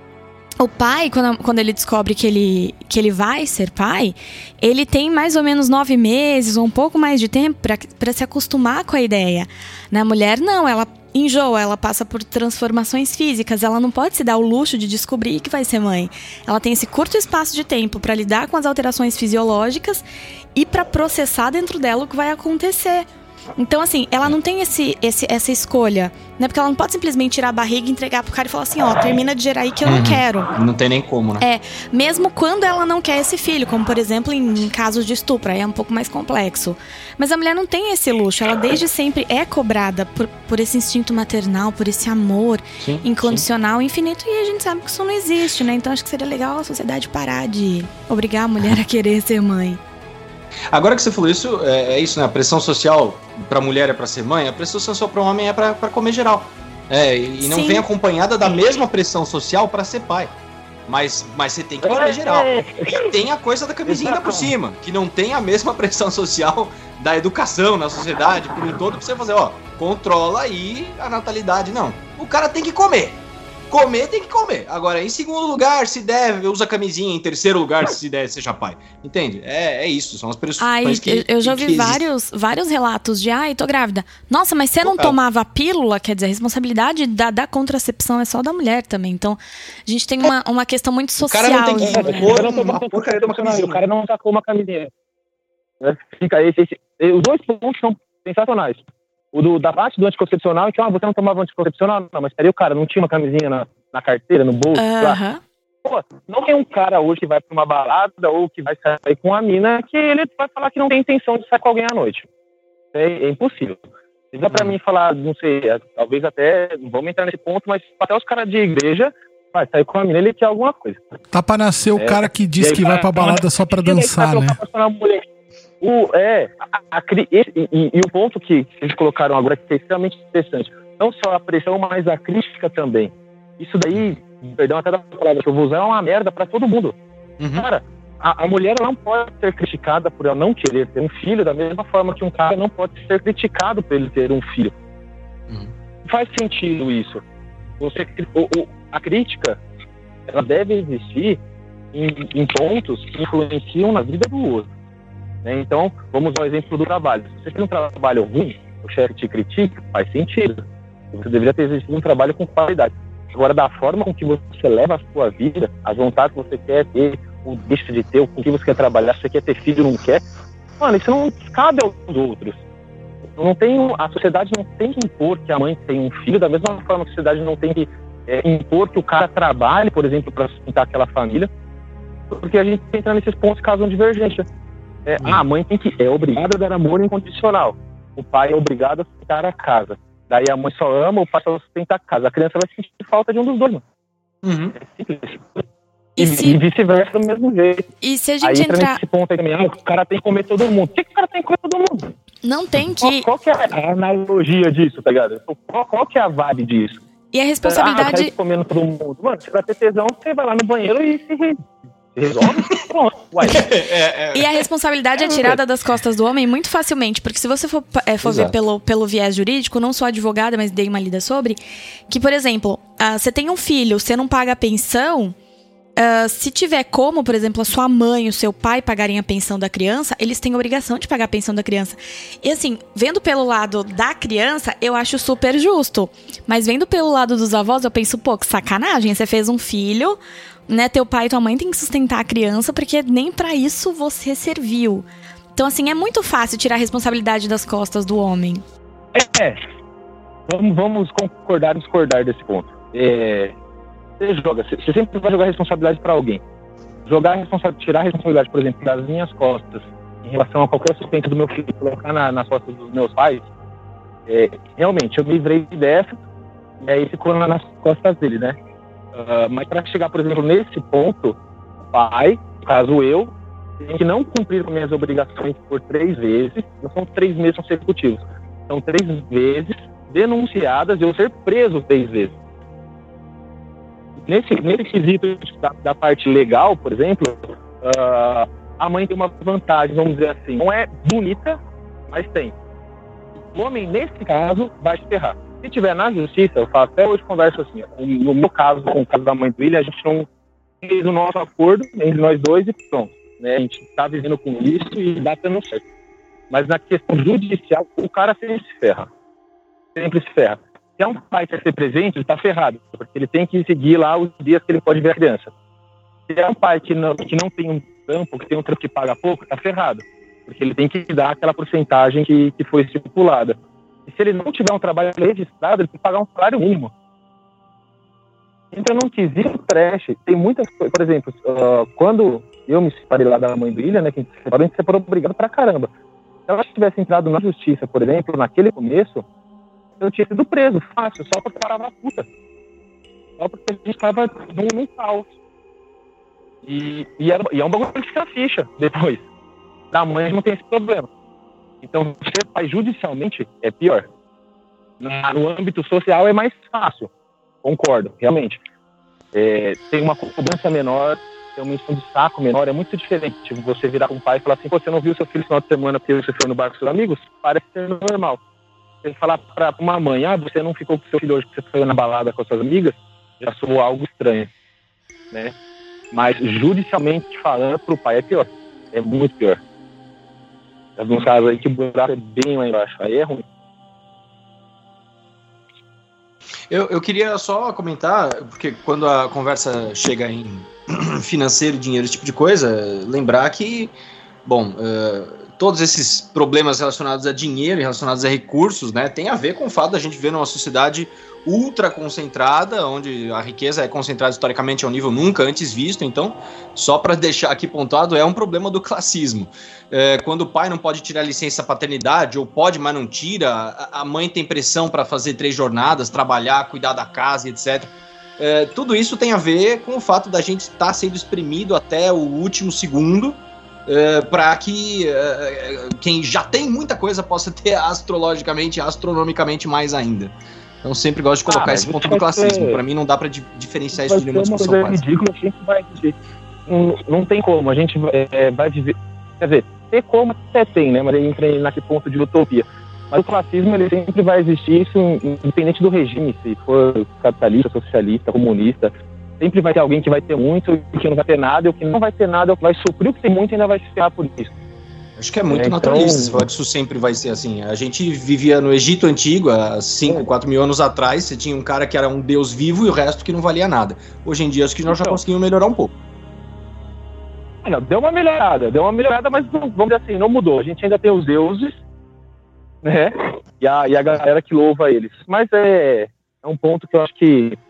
o pai, quando ele descobre que ele vai ser pai, ele tem mais ou menos 9 meses ou um pouco mais de tempo para se acostumar com a ideia. Na mulher, não, ela enjoa, ela passa por transformações físicas, ela não pode se dar o luxo de descobrir que vai ser mãe. Ela tem esse curto espaço de tempo para lidar com as alterações fisiológicas e para processar dentro dela o que vai acontecer. Então, assim, ela não tem essa escolha, né? Porque ela não pode simplesmente tirar a barriga e entregar pro cara e falar assim, termina de gerar aí que eu não quero. Não tem nem como, né? Mesmo quando ela não quer esse filho, como, por exemplo, em casos de estupro, aí é um pouco mais complexo. Mas a mulher não tem esse luxo, ela desde sempre é cobrada por esse instinto maternal, por esse amor incondicional, infinito, e a gente sabe que isso não existe, né? Então acho que seria legal a sociedade parar de obrigar a mulher a querer ser mãe. Agora que você falou isso, é isso, né? A pressão social pra mulher é pra ser mãe, a pressão social pra homem é pra comer geral. E não vem acompanhada da mesma pressão social pra ser pai. Mas você tem que comer geral. E tem a coisa da camisinha ainda por cima, que não tem a mesma pressão social da educação na sociedade, por um todo, pra você fazer, controla aí a natalidade. Não, o cara tem que comer. Comer tem que comer. Agora, em segundo lugar, se deve, usa camisinha. Em terceiro lugar, se deve, seja pai. Entende? É isso, são as pressões que eu já ouvi vários relatos de, tô grávida. Nossa, mas você não tomava a pílula? Quer dizer, a responsabilidade da contracepção é só da mulher também. Então, a gente tem uma questão muito social. O cara não tem que o cara não sacou uma camisinha. Fica os dois pontos são sensacionais. Da parte do anticoncepcional, que você não tomava anticoncepcional, não, mas peraí, o cara não tinha uma camisinha na carteira, no bolso, lá. Pô, não tem um cara hoje que vai pra uma balada ou que vai sair com uma mina que ele vai falar que não tem intenção de sair com alguém à noite. É impossível. Dá pra mim falar, não sei, talvez até, não vamos entrar nesse ponto, mas até os caras de igreja vai sair com uma mina, ele quer alguma coisa. Tá pra nascer o cara que diz que vai pra balada só pra dançar, né? E o ponto que eles colocaram agora que é extremamente interessante, não só a pressão, mas a crítica também. Isso daí, perdão até da palavra que eu vou usar, é uma merda pra todo mundo. Cara, a mulher não pode ser criticada por ela não querer ter um filho, da mesma forma que um cara não pode ser criticado por ele ter um filho. Faz sentido isso. A crítica, ela deve existir em pontos que influenciam na vida do outro. Então, vamos ao exemplo do trabalho. Se você tem um trabalho ruim, o chefe te critica, faz sentido. Você deveria ter exercido um trabalho com qualidade. Agora, da forma com que você leva a sua vida, as vontades que você quer ter, ou deixa de ter, com que você quer trabalhar, se você quer ter filho ou não quer, mano, isso não cabe aos outros. A sociedade não tem que impor que a mãe tem um filho, da mesma forma que a sociedade não tem que impor que o cara trabalhe, por exemplo, para sustentar aquela família, porque a gente entra nesses pontos que causam divergência. A mãe é obrigada a dar amor incondicional. O pai é obrigado a sustentar a casa. Daí a mãe só ama, o pai só sustenta a casa. A criança vai sentir falta de um dos dois, mano. É simples. E vice-versa do mesmo jeito. E se a gente entrar nesse ponto aí também, o cara tem que comer todo mundo. Por que o cara tem que comer todo mundo? Não tem que... Qual que é a analogia disso, tá ligado? Qual que é a vibe disso? E a responsabilidade... comendo todo mundo. Mano, você vai ter tesão, você vai lá no banheiro e se resolve. Pronto. Uai. E a responsabilidade é tirada das costas do homem muito facilmente, porque se você for ver pelo viés jurídico, não sou advogada, mas dei uma lida sobre, que, por exemplo, você tem um filho, você não paga a pensão... se tiver como, por exemplo, a sua mãe e o seu pai pagarem a pensão da criança, eles têm a obrigação de pagar a pensão da criança. E assim, vendo pelo lado da criança, eu acho super justo. Mas vendo pelo lado dos avós, eu penso, pô, que sacanagem. Você fez um filho, né? Teu pai e tua mãe têm que sustentar a criança, porque nem pra isso você serviu. Então, assim, é muito fácil tirar a responsabilidade das costas do homem. Vamos concordar e discordar desse ponto. Você sempre vai jogar a responsabilidade para alguém. Tirar a responsabilidade, por exemplo, das minhas costas em relação a qualquer suspeita do meu filho, colocar nas costas dos meus pais, realmente, eu me livrei dessa e aí ficou nas costas dele, né? Mas para chegar, por exemplo, nesse ponto, o pai, no caso eu, tenho que não cumprir com minhas obrigações por 3 vezes, não são 3 meses consecutivos, são 3 vezes denunciadas e eu ser preso 3 vezes. Nesse quesito da parte legal, por exemplo, a mãe tem uma vantagem, vamos dizer assim, não é bonita, mas tem. O homem, nesse caso, vai se ferrar. Se tiver na justiça, eu falo, até hoje converso assim, no meu caso, com o caso da mãe do William, a gente não fez o nosso acordo entre nós dois e pronto. Né? A gente está vivendo com isso e dá dando certo. Mas na questão judicial, o cara sempre se ferra. Sempre se ferra. Se é um pai que quer ser presente, ele está ferrado, porque ele tem que seguir lá os dias que ele pode ver a criança. Se é um pai que não tem um trampo, que tem um trampo que paga pouco, está ferrado, porque ele tem que dar aquela porcentagem que foi estipulada. E se ele não tiver um trabalho registrado, ele tem que pagar um salário mínimo. Entra num quesito trash. Tem muitas coisas, por exemplo, quando eu me separei lá da mãe do William, né, que a gente se separou obrigado pra caramba. Se ela tivesse entrado na justiça, por exemplo, naquele começo, eu tinha sido preso, fácil, só porque parava a puta. Só porque a gente estava num caos. E é um bagulho que fica ficha depois. Da mãe não tem esse problema. Então, ser pai judicialmente é pior. No âmbito social é mais fácil. Concordo, realmente. Tem uma cobrança menor, tem uma encheção de saco menor, é muito diferente. Tipo, você virar com um pai e falar assim, você não viu seu filho no final de semana porque você foi no bar com seus amigos? Parece ser normal. Você falar para uma mãe, você não ficou com seu filho hoje porque você foi na balada com as suas amigas, já soou algo estranho, né? Mas judicialmente falando, pro pai é pior. É muito pior. Tem alguns casos aí que o buraco é bem lá embaixo. Aí é ruim. Eu queria só comentar, porque quando a conversa chega em financeiro, dinheiro, esse tipo de coisa, lembrar que, bom, todos esses problemas relacionados a dinheiro, relacionados a recursos, né, tem a ver com o fato da gente viver numa sociedade ultra concentrada, onde a riqueza é concentrada historicamente a um nível nunca antes visto. Então, só para deixar aqui pontuado, é um problema do classismo. Quando o pai não pode tirar licença paternidade, ou pode, mas não tira, a mãe tem pressão para fazer 3 jornadas, trabalhar, cuidar da casa, etc. Tudo isso tem a ver com o fato da gente estar sendo exprimido até o último segundo, para que quem já tem muita coisa possa ter astrologicamente, astronomicamente mais ainda. Então sempre gosto de colocar esse ponto do classismo. Para mim não dá para diferenciar isso de nenhuma discussão básica. Ridículo, a gente vai viver. Não tem como, a gente vai viver. Quer dizer, ter como até tem, né? Mas aí entra naquele ponto de utopia. Mas o classismo, ele sempre vai existir, isso independente do regime, se for capitalista, socialista, comunista. Sempre vai ter alguém que vai ter muito e que não vai ter nada, e o que não vai ter nada vai suprir o que tem muito e ainda vai se ferrar por isso. Acho que é muito naturalista você falar que isso sempre vai ser assim. A gente vivia no Egito Antigo, há 5, 4 mil anos atrás, você tinha um cara que era um deus vivo e o resto que não valia nada. Hoje em dia, acho que nós já conseguimos melhorar um pouco. Não, deu uma melhorada, mas vamos dizer assim, não mudou. A gente ainda tem os deuses, né? E a galera que louva eles. Mas é um ponto que eu acho que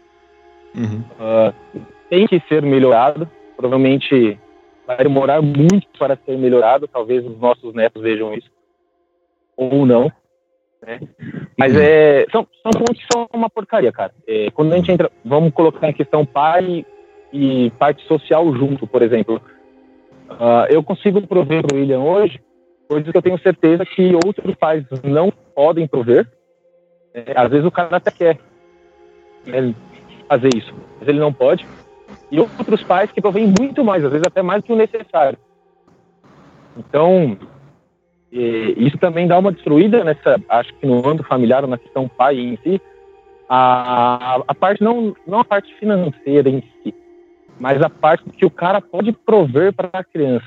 tem que ser melhorado. Provavelmente vai demorar muito para ser melhorado. Talvez os nossos netos vejam isso. Ou não. Né? Mas são pontos que são uma porcaria, cara. Quando a gente entra, vamos colocar em questão pai e parte social junto, por exemplo. Eu consigo prover para o William hoje coisas que eu tenho certeza que outros pais não podem prover. Às vezes o cara até quer. fazer isso, mas ele não pode. E outros pais que provêm muito mais, às vezes até mais do que o necessário. Então, isso também dá uma destruída acho que no âmbito familiar, na questão pai em si, a parte, não a parte financeira em si, mas a parte que o cara pode prover para a criança.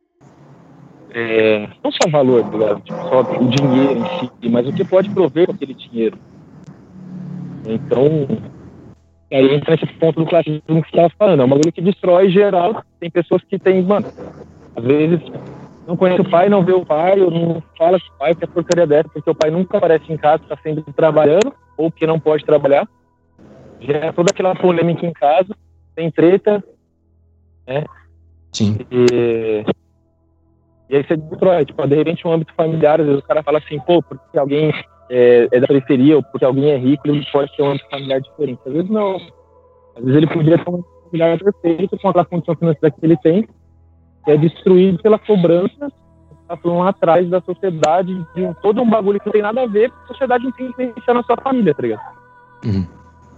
Não só valor, tá ligado? Tipo, só o dinheiro em si, mas o que pode prover com aquele dinheiro. Então, aí entra nesse ponto do classismo que você estava falando. É um bagulho que destrói geral. Tem pessoas que tem, mano, às vezes não conhece o pai, não vê o pai, ou não fala com o pai, que é porcaria dessa, porque o pai nunca aparece em casa, está sempre trabalhando, ou que não pode trabalhar. Gera toda aquela polêmica em casa, tem treta, né? Sim. E aí você destrói, tipo, de repente, um âmbito familiar, às vezes o cara fala assim, pô, porque alguém é da periferia, ou porque alguém é rico, ele pode ter um âmbito familiar diferente. Às vezes não. Às vezes ele podia ter um âmbito familiar perfeito, com aquela condição financeira que ele tem, que é destruído pela cobrança que está falando lá atrás da sociedade, de todo um bagulho que não tem nada a ver, porque a sociedade não tem que influenciar na sua família, tá ligado? Uhum.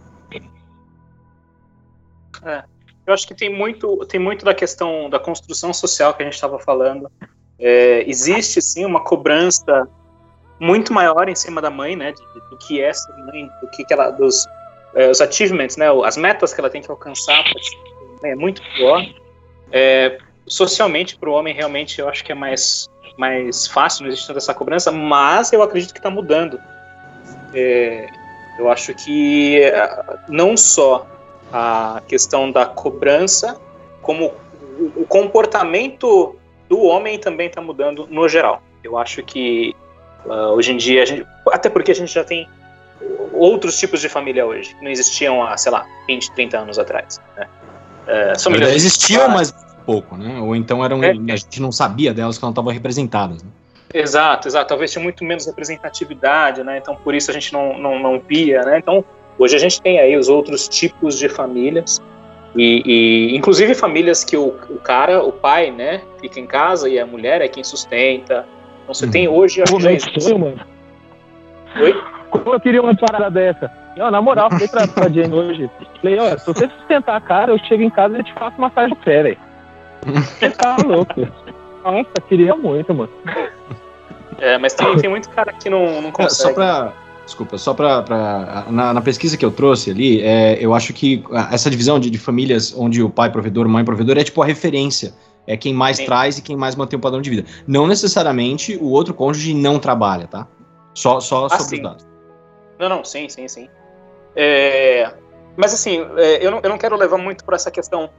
Eu acho que tem muito da questão da construção social que a gente estava falando. Existe, sim, uma cobrança muito maior em cima da mãe, né, do que é ser mãe, do que ela, os achievements, né, as metas que ela tem que alcançar, é muito pior. Socialmente, para o homem, realmente, eu acho que é mais fácil, não existe tanta essa cobrança, mas eu acredito que está mudando. Eu acho que não só a questão da cobrança, como o comportamento do homem também está mudando no geral. Eu acho que hoje em dia, até porque a gente já tem outros tipos de família hoje, que não existiam há, sei lá, 20, 30 anos atrás. Né? Existiam, mas pouco, né? Ou então a gente não sabia delas, que não estavam representadas. Né? Exato. Talvez tinha muito menos representatividade, né? Então por isso a gente não via, né? Então hoje a gente tem aí os outros tipos de famílias e inclusive famílias que o pai, né, fica em casa e a mulher é quem sustenta. Então você tem hoje... Mano. Oi? Como eu queria uma parada dessa? Não, na moral, falei pra Jane hoje. Falei, se você sustentar a cara, eu chego em casa e te faço massagem no pé, velho. Você tá louco. Nossa, queria muito, mano. Mas tem muito cara que não consegue. Na pesquisa que eu trouxe ali, eu acho que essa divisão de famílias onde o pai provedor, mãe provedor, é tipo a referência. É quem mais traz e quem mais mantém o padrão de vida. Não necessariamente o outro cônjuge não trabalha, tá? Só sobre os dados. Não, sim. Mas assim, eu não quero levar muito para essa questão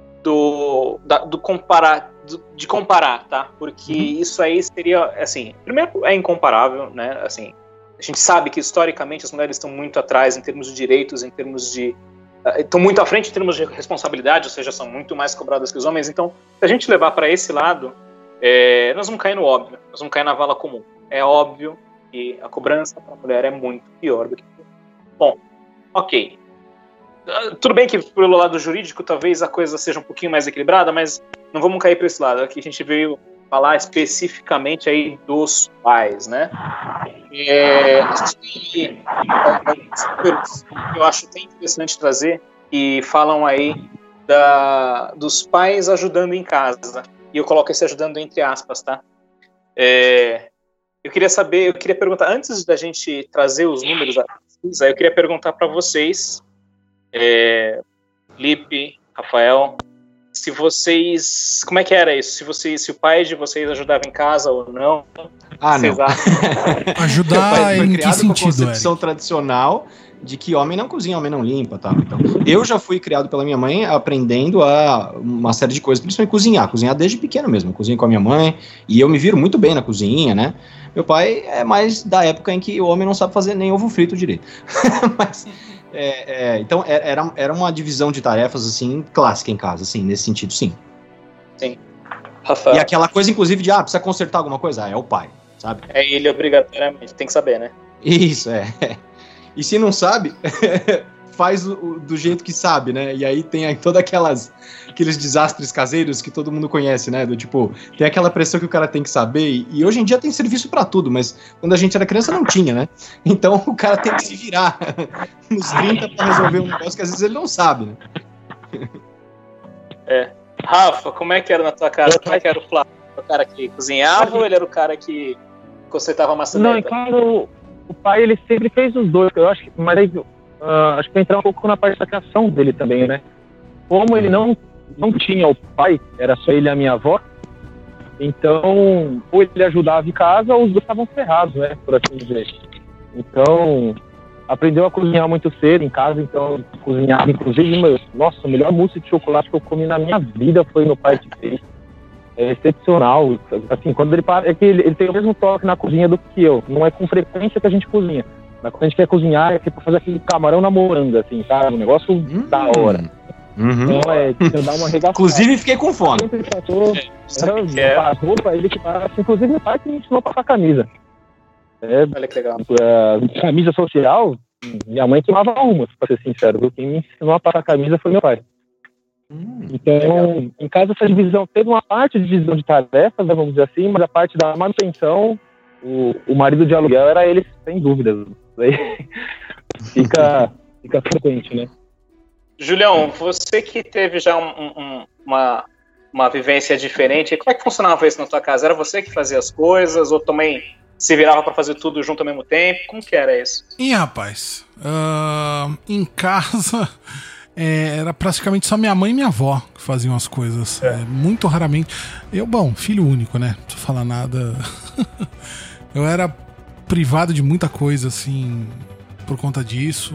de comparar, tá? Porque isso aí seria, assim, primeiro é incomparável, né? Assim, a gente sabe que historicamente as mulheres estão muito atrás em termos de direitos, em termos de estão muito à frente em termos de responsabilidade, ou seja, são muito mais cobradas que os homens. Então, se a gente levar para esse lado, nós vamos cair no óbvio, nós vamos cair na vala comum. É óbvio que a cobrança para a mulher é muito pior do que... Bom, ok. Tudo bem que pelo lado jurídico talvez a coisa seja um pouquinho mais equilibrada, mas não vamos cair para esse lado. Aqui a gente veio falar especificamente aí dos pais, né? Eu acho bem interessante trazer, e falam aí dos pais ajudando em casa. E eu coloco esse ajudando entre aspas, tá? Eu queria perguntar, antes da gente trazer os números da pesquisa, eu queria perguntar para vocês, Felipe, Rafael, se vocês... Como é que era isso? Se o pai de vocês ajudava em casa ou não? Não. Ajudar em que sentido, com a concepção tradicional de que homem não cozinha, homem não limpa, tá? Então, eu já fui criado pela minha mãe aprendendo uma série de coisas, principalmente cozinhar desde pequeno mesmo. Eu cozinho com a minha mãe e eu me viro muito bem na cozinha, né? Meu pai é mais da época em que o homem não sabe fazer nem ovo frito direito. Mas... então era uma divisão de tarefas assim clássica em casa, assim, nesse sentido, sim. Rafael. E aquela coisa, inclusive, de precisa consertar alguma coisa, é o pai, sabe? Ele obrigatoriamente tem que saber, né? Isso, E se não sabe, faz do jeito que sabe, né? E aí tem todas aqueles desastres caseiros que todo mundo conhece, né? Do tipo, tem aquela pressão que o cara tem que saber, e hoje em dia tem serviço pra tudo, mas quando a gente era criança não tinha, né? Então o cara tem que se virar nos 30 pra resolver um negócio que às vezes ele não sabe, né? Rafa, como é que era na tua casa? Como é que era o Flávio? O cara que cozinhava ou ele era o cara que consertava maçaneta? Não, em casa o pai ele sempre fez os dois, eu acho que, mas aí, acho que vai entrar um pouco na parte da criação dele também, né? Como ele não tinha o pai, era só ele e a minha avó, então ou ele ajudava em casa ou os dois estavam ferrados, né? Por assim dizer. Então aprendeu a cozinhar muito cedo em casa, então cozinhava, inclusive, nossa, o melhor mousse de chocolate que eu comi na minha vida foi meu pai que fez. É excepcional, assim, quando ele para, é que ele tem o mesmo toque na cozinha do que eu, não é com frequência que a gente cozinha, mas quando a gente quer cozinhar é pra fazer aquele camarão na moranga, assim, sabe, um negócio da hora. Então dar uma arregaçada. Inclusive fiquei com fome. As roupas, ele que passa, inclusive meu pai que me ensinou a passar camisa. Olha que legal. Camisa social, minha mãe queimava uma, pra ser sincero, viu? Quem me ensinou a passar camisa foi meu pai. Então, legal. Em casa essa divisão, teve uma parte de divisão de tarefas, né, vamos dizer assim, mas a parte da manutenção, o marido de aluguel era ele, sem dúvida. Aí fica frequente, né? Julião, você que teve já uma vivência diferente, como é que funcionava isso na tua casa? Era você que fazia as coisas ou também se virava para fazer tudo junto ao mesmo tempo? Como que era isso? Rapaz, em casa... era praticamente só minha mãe e minha avó que faziam as coisas. Muito raramente. Filho único, né? Não preciso falar nada. Eu era privado de muita coisa, assim, por conta disso.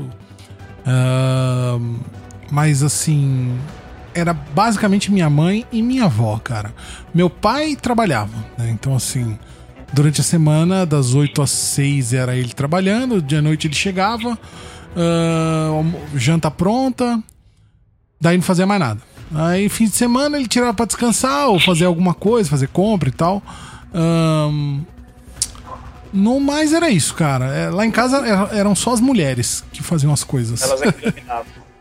Mas, assim, era basicamente minha mãe e minha avó, cara. Meu pai trabalhava, né? Então, assim, durante a semana, das 8 às 6 era ele trabalhando, de noite ele chegava. Janta pronta, daí não fazia mais nada. Aí fim de semana ele tirava pra descansar ou fazer alguma coisa, fazer compra e tal. No mais era isso, cara. Lá em casa eram só as mulheres que faziam as coisas. Elas é que dominavam.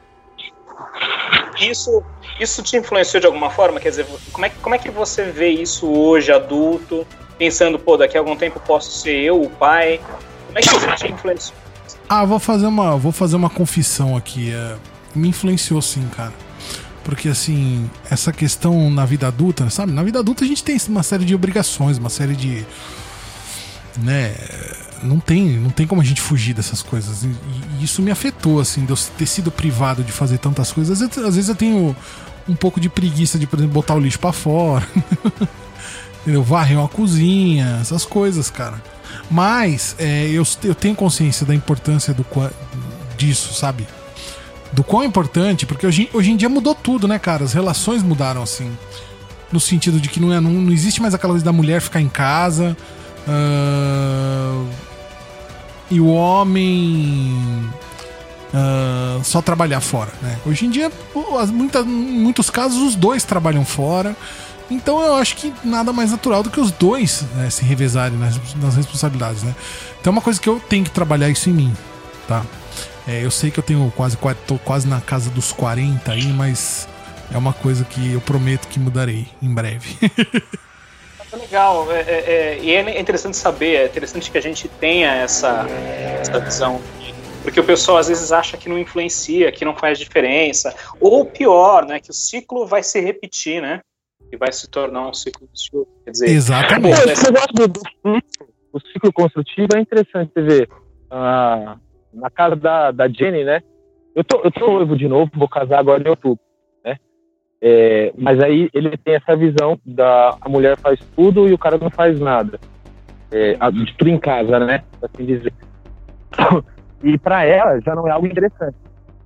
Isso te influenciou de alguma forma? Quer dizer, como é que você vê isso hoje, adulto, pensando, daqui a algum tempo posso ser eu, o pai? Como é que isso te influenciou? Vou fazer uma confissão aqui. Me influenciou sim, cara. Porque, assim, essa questão na vida adulta, sabe? Na vida adulta a gente tem uma série de obrigações, uma série de... né? Não tem como a gente fugir dessas coisas. E isso me afetou, assim, de eu ter sido privado de fazer tantas coisas. Às vezes eu tenho um pouco de preguiça de, por exemplo, botar o lixo pra fora. Entendeu? Varrer uma cozinha, essas coisas, cara. Mas eu tenho consciência da importância disso, sabe? Do quão é importante, porque hoje em dia mudou tudo, né, cara? As relações mudaram, assim. No sentido de que não existe mais aquela coisa da mulher ficar em casa e o homem só trabalhar fora, né? Hoje em dia, em muitos casos, os dois trabalham fora. Então eu acho que nada mais natural do que os dois, né, se revezarem nas responsabilidades, né? Então é uma coisa que eu tenho que trabalhar isso em mim, tá? Eu sei que eu tenho tô quase na casa dos 40 aí, mas é uma coisa que eu prometo que mudarei em breve. Legal, e é interessante saber, é interessante que a gente tenha essa visão, porque o pessoal às vezes acha que não influencia, que não faz diferença, ou pior, né, que o ciclo vai se repetir, né? E vai se tornar um ciclo vicioso. Quer dizer, exatamente. O ciclo construtivo é interessante você ver. Na casa da Jenny, né? Eu tô noivo de novo, vou casar agora em outubro, né? Mas aí ele tem essa visão a mulher faz tudo e o cara não faz nada. De tudo em casa, né? Assim dizer. E pra ela já não é algo interessante.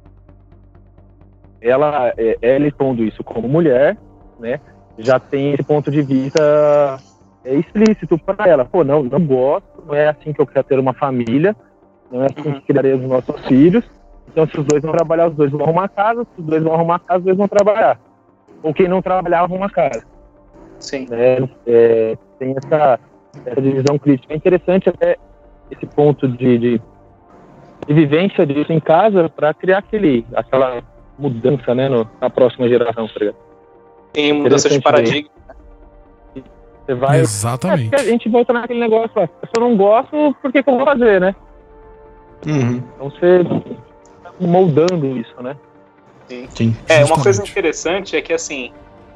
Ela expondo isso como mulher, né? Já tem esse ponto de vista explícito para ela. Não gosto, não é assim que eu quero ter uma família, não é assim que criaremos os nossos filhos. Então, se os dois não trabalhar, os dois vão arrumar casa, se os dois vão arrumar casa, os dois vão trabalhar. Ou quem não trabalhar, arruma casa. Sim. Tem essa divisão crítica. É interessante até esse ponto de vivência disso em casa para criar aquela mudança, né, na próxima geração, tá ligado? Tem mudança de paradigma. Você vai... Exatamente. A gente volta naquele negócio lá, se eu não gosto, por que eu vou fazer, né? Uhum. Então você tá moldando isso, né? Sim, uma coisa interessante é que, assim,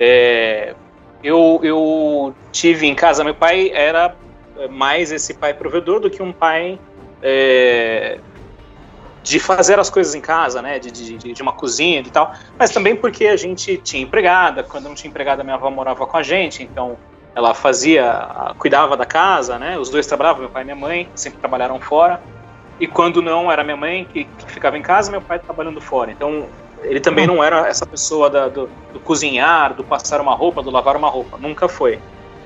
eu tive em casa, meu pai era mais esse pai provedor do que um pai de fazer as coisas em casa, né, de uma cozinha e tal, mas também porque a gente tinha empregada. Quando não tinha empregada, minha avó morava com a gente, então ela cuidava da casa, né, os dois trabalhavam, meu pai e minha mãe, sempre trabalharam fora, e quando não era minha mãe que ficava em casa, meu pai trabalhando fora, então ele também não era essa pessoa do cozinhar, do passar uma roupa, do lavar uma roupa, nunca foi.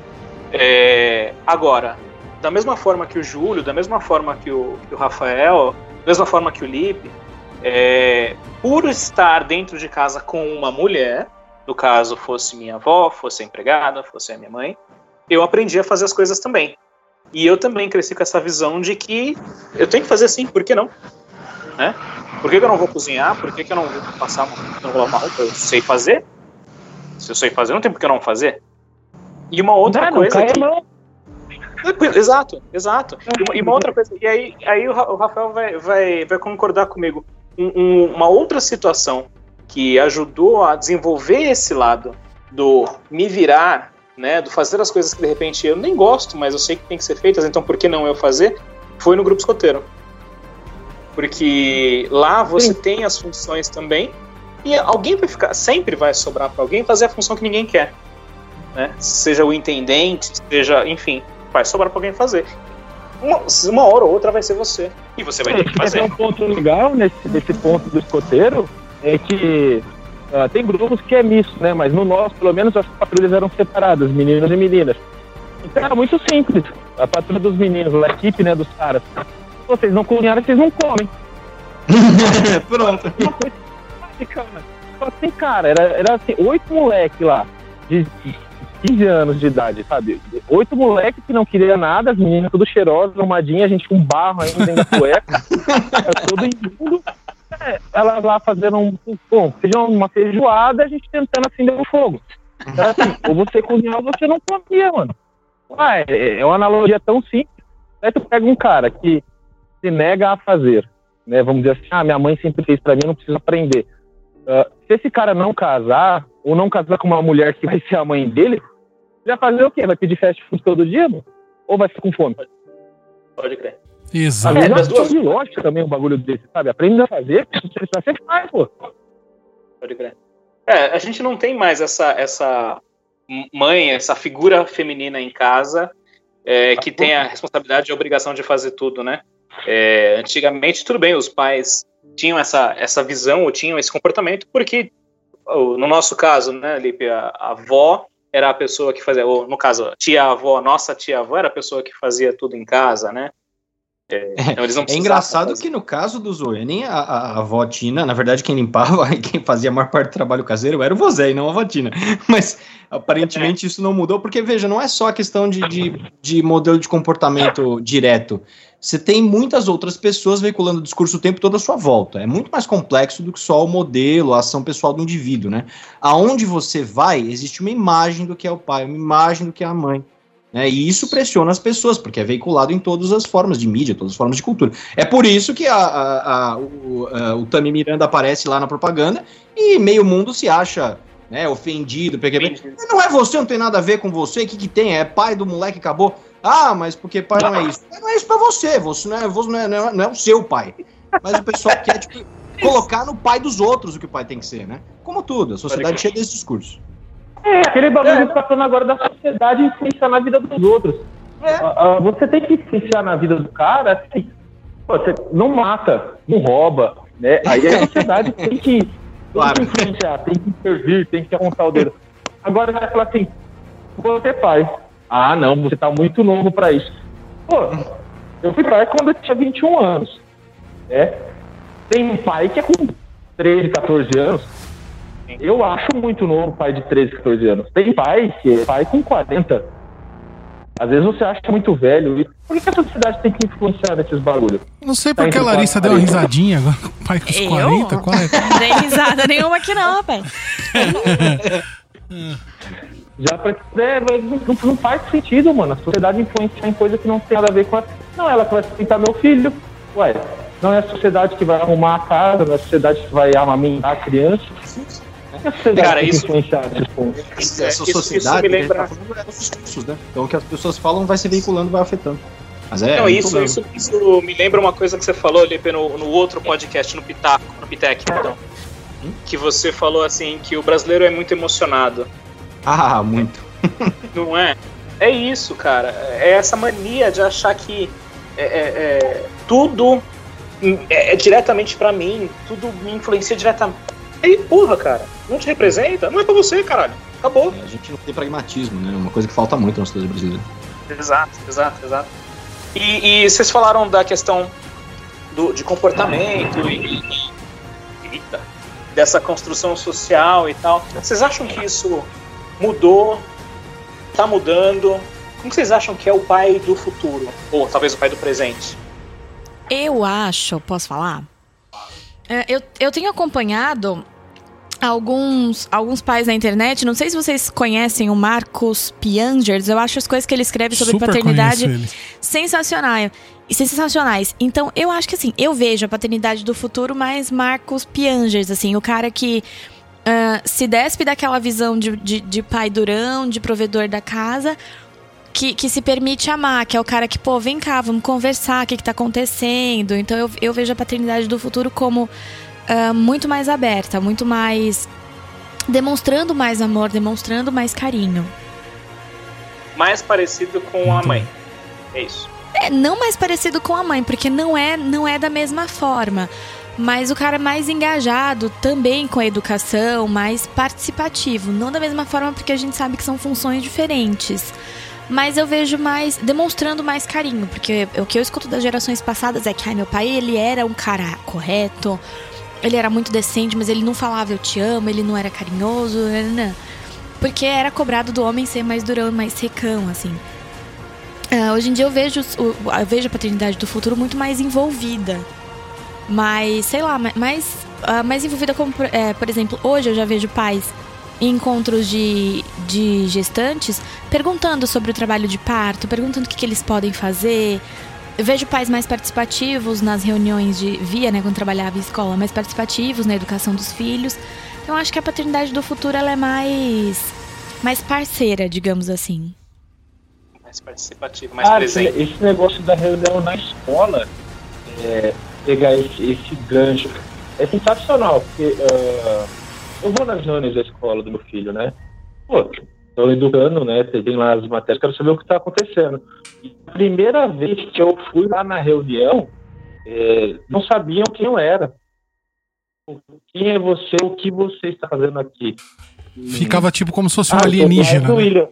Agora, da mesma forma que o Júlio, da mesma forma que o Rafael, da mesma forma que o Lipe, por estar dentro de casa com uma mulher, no caso fosse minha avó, fosse a empregada, fosse a minha mãe, eu aprendi a fazer as coisas também. E eu também cresci com essa visão de que eu tenho que fazer assim, por que não? Né? Por que eu não vou cozinhar? Por que eu não vou não vou lavar uma roupa? Eu sei fazer. Se eu sei fazer, não tem por que eu não fazer. E uma outra coisa Exato. E uma outra coisa, e aí o Rafael vai concordar comigo. Uma outra situação que ajudou a desenvolver esse lado do me virar, né, do fazer as coisas que de repente eu nem gosto, mas eu sei que tem que ser feitas, então por que não eu fazer? Foi no grupo escoteiro. Porque lá você tem as funções também, e alguém sempre vai sobrar para alguém fazer a função que ninguém quer, né? Seja o intendente, seja, enfim, vai sobrar para alguém fazer. Uma hora ou outra vai ser você, e você vai ter que fazer. Um ponto legal nesse ponto do escoteiro é que tem grupos que é misto, né? Mas no nosso, pelo menos, as patrulhas eram separadas, meninos e meninas. Então era muito simples. A patrulha dos meninos, a equipe, né, dos caras. Vocês não cozinharam, vocês não comem. Pronto. Só assim, cara, era assim, 8 moleque lá, de 15 anos de idade, sabe? 8 moleque que não queria nada, as meninas tudo cheirosas, arrumadinhas, a gente com barro ainda dentro da cueca, todo imundo. Elas lá fazendo uma feijoada, a gente tentando acender o fogo. Então, assim, ou você cozinhava ou você não comia, mano. É uma analogia tão simples. Aí tu pega um cara que se nega a fazer, né? Vamos dizer assim, minha mãe sempre fez pra mim, eu não preciso aprender. Se esse cara não casar, ou não casar com uma mulher que vai ser a mãe dele, vai fazer o quê? Vai pedir fast food todo dia, mano? Ou vai ficar com fome? Pode crer. Exato. Das duas de lógica também um bagulho desse, sabe? Aprende a fazer, se precisar, você faz, pô. Pode crer. A gente não tem mais essa mãe, essa figura feminina em casa que tem a responsabilidade e a obrigação de fazer tudo, né? Antigamente, tudo bem, os pais tinham essa visão ou tinham esse comportamento, porque no nosso caso, né, Lipe, a avó era a pessoa que fazia, ou no caso, nossa tia-avó era a pessoa que fazia tudo em casa, né? Então eles não engraçado que no caso do Zoenen, a avó Tina, na verdade quem limpava, quem fazia a maior parte do trabalho caseiro era o Vozé e não a avó Tina. Mas aparentemente isso não mudou, porque veja, não é só a questão de modelo de comportamento direto. Você tem muitas outras pessoas veiculando o discurso o tempo todo à sua volta. É muito mais complexo do que só o modelo, a ação pessoal do indivíduo, né? Aonde você vai, existe uma imagem do que é o pai, uma imagem do que é a mãe. E isso pressiona as pessoas, porque é veiculado em todas as formas de mídia, todas as formas de cultura. É por isso que o Tami Miranda aparece lá na propaganda e meio mundo se acha, né, ofendido. Porque não é você, não tem nada a ver com você, o que tem? É pai do moleque, acabou. Mas porque pai não é isso. Não é isso pra você, você não é o seu pai. Mas o pessoal quer colocar no pai dos outros o que o pai tem que ser, né? Como tudo, a sociedade cheia desse discurso. Aquele bagulho que tá falando agora da sociedade influenciar na vida dos outros. Você tem que influenciar na vida do cara, assim, você não mata, não rouba, né? Aí a sociedade tem que influenciar, tem que intervir, tem que apontar o dedo. Agora vai falar assim, você é pai. Não, você tá muito novo pra isso. Eu fui pai quando eu tinha 21 anos. Tem pai que é com 13, 14 anos. Eu acho muito novo pai de 13, 14 anos. Tem pai que é pai com 40. Às vezes você acha muito velho. E por que a sociedade tem que influenciar nesses bagulhos? Não sei porque a Larissa deu uma risadinha agora com o pai com os 40. Qual é? Não dei risada nenhuma aqui não, rapaz. Já pra... não faz sentido, mano. A sociedade influenciar em coisa que não tem nada a ver com a... Não, ela que vai sustentar meu filho. Ué, não é a sociedade que vai arrumar a casa, não é a sociedade que vai amamentar a criança. Não é a sociedade Cara, que isso... influenciar nesses pontos. Essa sociedade, me lembra... tá falando dos discursos, né? Então o que as pessoas falam vai se vinculando, vai afetando. Mas não, isso me lembra uma coisa que você falou, Lipe, no outro podcast, no Pitec, perdão. Que você falou assim, que o brasileiro é muito emocionado. Ah, muito. Não é? É isso, cara. É essa mania de achar que tudo é diretamente pra mim, tudo me influencia diretamente. Aí, porra, cara, não te representa? Não é pra você, caralho. Acabou. A gente não tem pragmatismo, né? Uma coisa que falta muito na sociedade brasileira. Exato. E vocês falaram da questão de comportamento e dessa construção social e tal. Vocês acham que isso mudou? Tá mudando? Como vocês acham que é o pai do futuro? Ou talvez o pai do presente? Eu acho, posso falar? Eu tenho acompanhado alguns pais na internet, não sei se vocês conhecem o Marcos Piangers, eu acho as coisas que ele escreve sobre Super paternidade sensacionais. Então, eu acho que assim, eu vejo a paternidade do futuro mais Marcos Piangers, assim, o cara que se despe daquela visão de pai durão, de provedor da casa, que se permite amar, que é o cara que, pô, vem cá, vamos conversar, o que tá acontecendo. Então, eu vejo a paternidade do futuro como muito mais aberta, muito mais... demonstrando mais amor, demonstrando mais carinho. Mais parecido com a mãe. É isso. Não mais parecido com a mãe, porque não é da mesma forma. Mas o cara mais engajado também com a educação, mais participativo. Não da mesma forma, porque a gente sabe que são funções diferentes. Mas eu vejo mais, demonstrando mais carinho. Porque o que eu escuto das gerações passadas é que meu pai, ele era um cara correto, ele era muito decente, mas ele não falava eu te amo, ele não era carinhoso, não. Porque era cobrado do homem ser mais durão, mais secão, assim. Hoje em dia eu vejo a paternidade do futuro muito mais envolvida. Mas, sei lá, mais envolvida como, por exemplo, hoje eu já vejo pais em encontros de gestantes perguntando sobre o trabalho de parto, perguntando o que eles podem fazer. Eu vejo pais mais participativos nas reuniões quando trabalhava em escola, mais participativos na educação dos filhos. Então, acho que a paternidade do futuro ela é mais parceira, digamos assim. Mais participativa, mais presente. Esse negócio da reunião na escola, pegar esse gancho, é sensacional, porque eu vou nas reuniões da escola do meu filho, né? Pô, estou educando, né? Tem lá as matérias, quero saber o que está acontecendo. E a primeira vez que eu fui lá na reunião, não sabiam quem eu era. Quem é você? O que você está fazendo aqui? Ficava tipo como se fosse um alienígena. Né?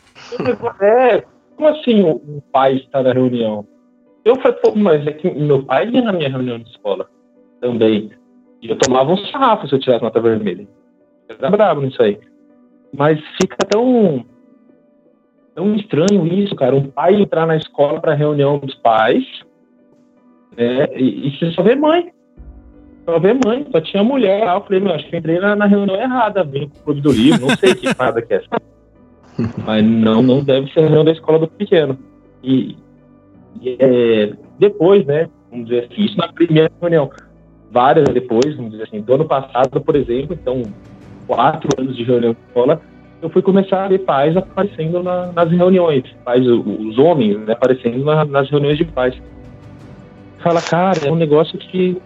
Como assim o pai está na reunião? Eu falei, pô, mas é que meu pai ia na minha reunião de escola também. E eu tomava um sarrafo se eu tivesse nota vermelha. Eu era bravo nisso aí. Mas fica tão estranho isso, cara. Um pai entrar na escola para reunião dos pais, né? E você só vê mãe. Só tinha mulher lá. Eu falei, acho que eu entrei na reunião errada, vim com o clube do livro, não sei que parada que é essa. Mas não deve ser a reunião da escola do pequeno. E depois, né, vamos dizer assim, isso na primeira reunião. Várias depois, vamos dizer assim, do ano passado, por exemplo, então 4 anos de reunião de escola, eu fui começar a ver pais aparecendo nas reuniões, pais, os homens, né, aparecendo nas reuniões de pais. Fala, cara, é um negócio que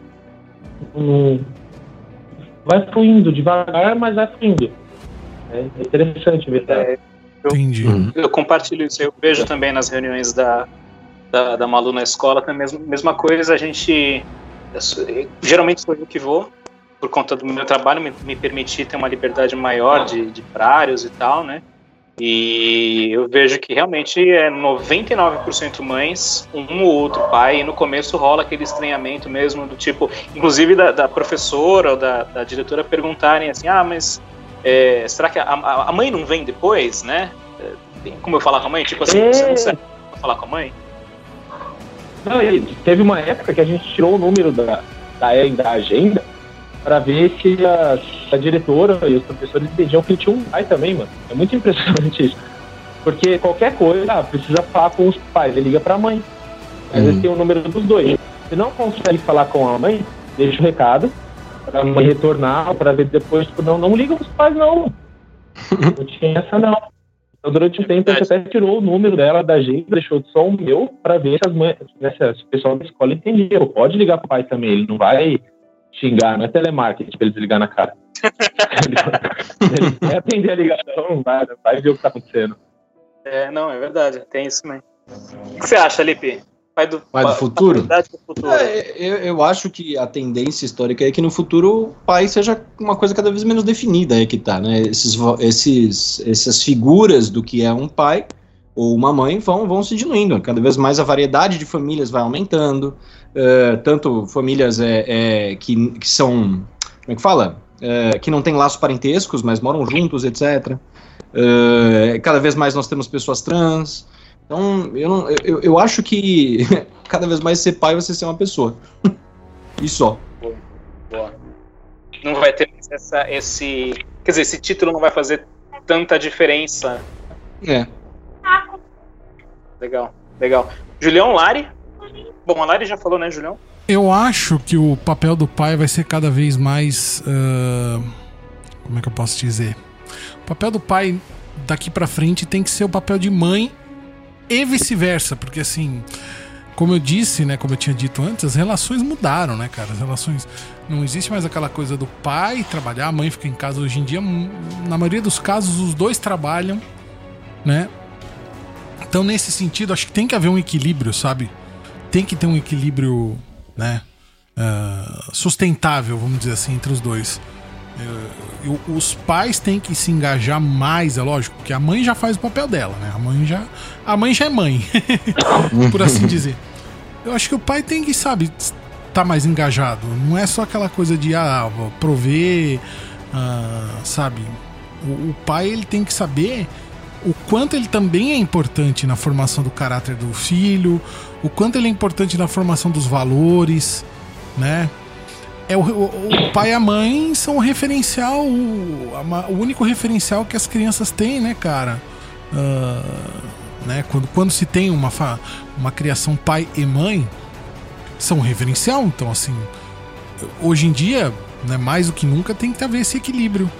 vai fluindo devagar, mas vai fluindo. É interessante ver. Entendi. Eu compartilho isso, eu vejo também nas reuniões da Malu na escola, também a mesma coisa, geralmente sou eu que vou, por conta do meu trabalho, me permitir ter uma liberdade maior de horários e tal, né? E eu vejo que realmente 99% mães, um ou outro pai, e no começo rola aquele estranhamento mesmo, do tipo, inclusive da professora ou da diretora perguntarem assim, mas será que a mãe não vem depois, né? Tem como eu falar com a mãe? Tipo assim, você não sabe falar com a mãe? Não, teve uma época que a gente tirou o número da agenda para ver se a diretora e os professores entendiam que ele tinha um pai também, mano. É muito impressionante isso. Porque qualquer coisa, precisa falar com os pais, ele liga pra mãe. Às vezes tem o número dos dois. Se não consegue falar com a mãe, deixa o recado pra mãe retornar, pra ver depois, tipo, não liga pros pais, não. Não tinha essa, não. Então, durante um tempo, a gente até tirou o número dela da gente, deixou só o meu, pra ver se as mães, se o pessoal da escola entendia. Pode ligar pro pai também, ele não vai xingar, não é telemarketing pra ele desligar na cara. Ele quer atender a ligação, vai ver o que tá acontecendo. Não, é verdade, tem isso mesmo. O que você acha, Lipe? Pai do futuro? Eu acho que a tendência histórica é que no futuro o pai seja uma coisa cada vez menos definida, aí que tá, né? Essas figuras do que é um pai ou uma mãe vão se diluindo. Cada vez mais a variedade de famílias vai aumentando, tanto famílias que são, como é que fala? Que não têm laços parentescos, mas moram juntos, etc. Cada vez mais nós temos pessoas trans. Então, eu acho que cada vez mais ser pai você ser uma pessoa. E só. Boa. Não vai ter esse título não vai fazer tanta diferença. Legal. Julião, Lari? Bom, a Lari já falou, né, Julião? Eu acho que o papel do pai vai ser cada vez mais... como é que eu posso dizer? O papel do pai daqui pra frente tem que ser o papel de mãe e vice-versa, porque assim, como eu disse, né, como eu tinha dito antes, as relações mudaram, né, cara? As relações, não existe mais aquela coisa do pai trabalhar, a mãe fica em casa. Hoje em dia, na maioria dos casos, os dois trabalham, né? Então, nesse sentido, acho que tem que haver um equilíbrio, sabe? Tem que ter um equilíbrio, né, sustentável, vamos dizer assim, entre os dois. Os pais têm que se engajar mais, é lógico, porque a mãe já faz o papel dela, né? A mãe já é mãe, por assim dizer. Eu acho que o pai tem que, sabe, tá mais engajado. Não é só aquela coisa de prover, sabe? O pai, ele tem que saber o quanto ele também é importante na formação do caráter do filho, o quanto ele é importante na formação dos valores, né? O pai e a mãe são o referencial, o único referencial que as crianças têm, né, cara? Né? Quando se tem uma criação pai e mãe, são um referencial. Então, assim, hoje em dia, né, mais do que nunca, tem que haver esse equilíbrio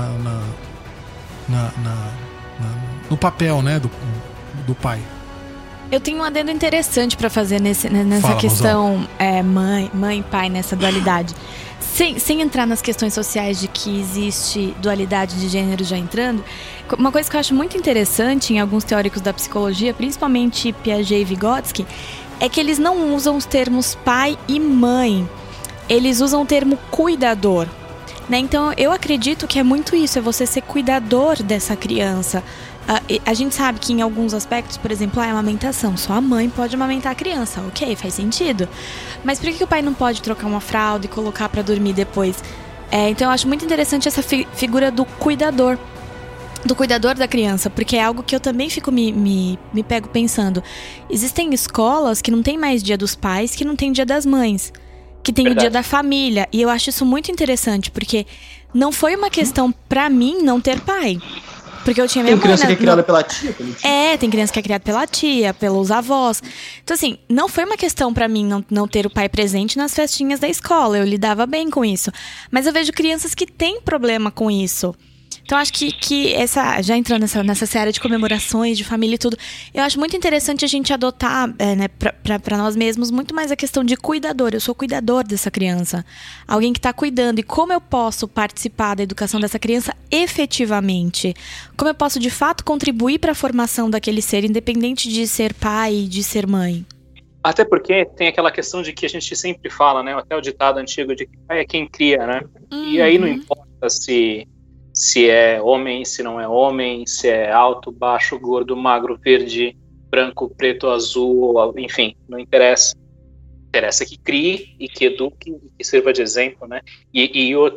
no papel, né, do pai. Eu tenho um adendo interessante para fazer nessa questão mãe e pai, nessa dualidade. Sem entrar nas questões sociais de que existe dualidade de gênero já entrando, uma coisa que eu acho muito interessante em alguns teóricos da psicologia, principalmente Piaget e Vygotsky, é que eles não usam os termos pai e mãe, eles usam o termo cuidador. Né? Então eu acredito que é muito isso, é você ser cuidador dessa criança. A gente sabe que em alguns aspectos, por exemplo, a amamentação, só a mãe pode amamentar a criança, ok, faz sentido. Mas por que o pai não pode trocar uma fralda e colocar pra dormir depois? Então eu acho muito interessante essa figura do cuidador da criança, porque é algo que eu também fico me pego pensando. Existem escolas que não tem mais dia dos pais, que não tem dia das mães, que tem o dia da família, e eu acho isso muito interessante, porque não foi uma questão pra mim não ter pai. Porque eu tinha minha mãe. Tem criança que é criada pela tia, pelo tio. Tem criança que é criada pela tia, pelos avós. Então, assim, não foi uma questão pra mim não ter o pai presente nas festinhas da escola. Eu lidava bem com isso. Mas eu vejo crianças que têm problema com isso. Então, acho que já entrando nessa seara de comemorações, de família e tudo, eu acho muito interessante a gente adotar, né, pra nós mesmos, muito mais a questão de cuidador. Eu sou cuidador dessa criança. Alguém que está cuidando. E como eu posso participar da educação dessa criança efetivamente? Como eu posso, de fato, contribuir para a formação daquele ser, independente de ser pai e de ser mãe? Até porque tem aquela questão de que a gente sempre fala, né? Até o ditado antigo de que pai é quem cria, né? E aí não importa se é homem, se não é homem, se é alto, baixo, gordo, magro, verde, branco, preto, azul, enfim, não interessa. Interessa que crie e que eduque e que sirva de exemplo, né? E outra,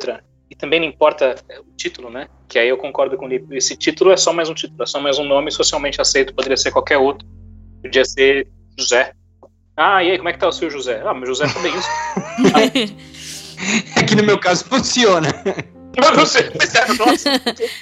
e também não importa o título, né? Que aí eu concordo com ele. Esse título é só mais um título, é só mais um nome socialmente aceito, poderia ser qualquer outro. Podia ser José. Ah, e aí, como é que tá o seu José? Ah, meu José também isso. É que no meu caso funciona. Eu não sei, nossa.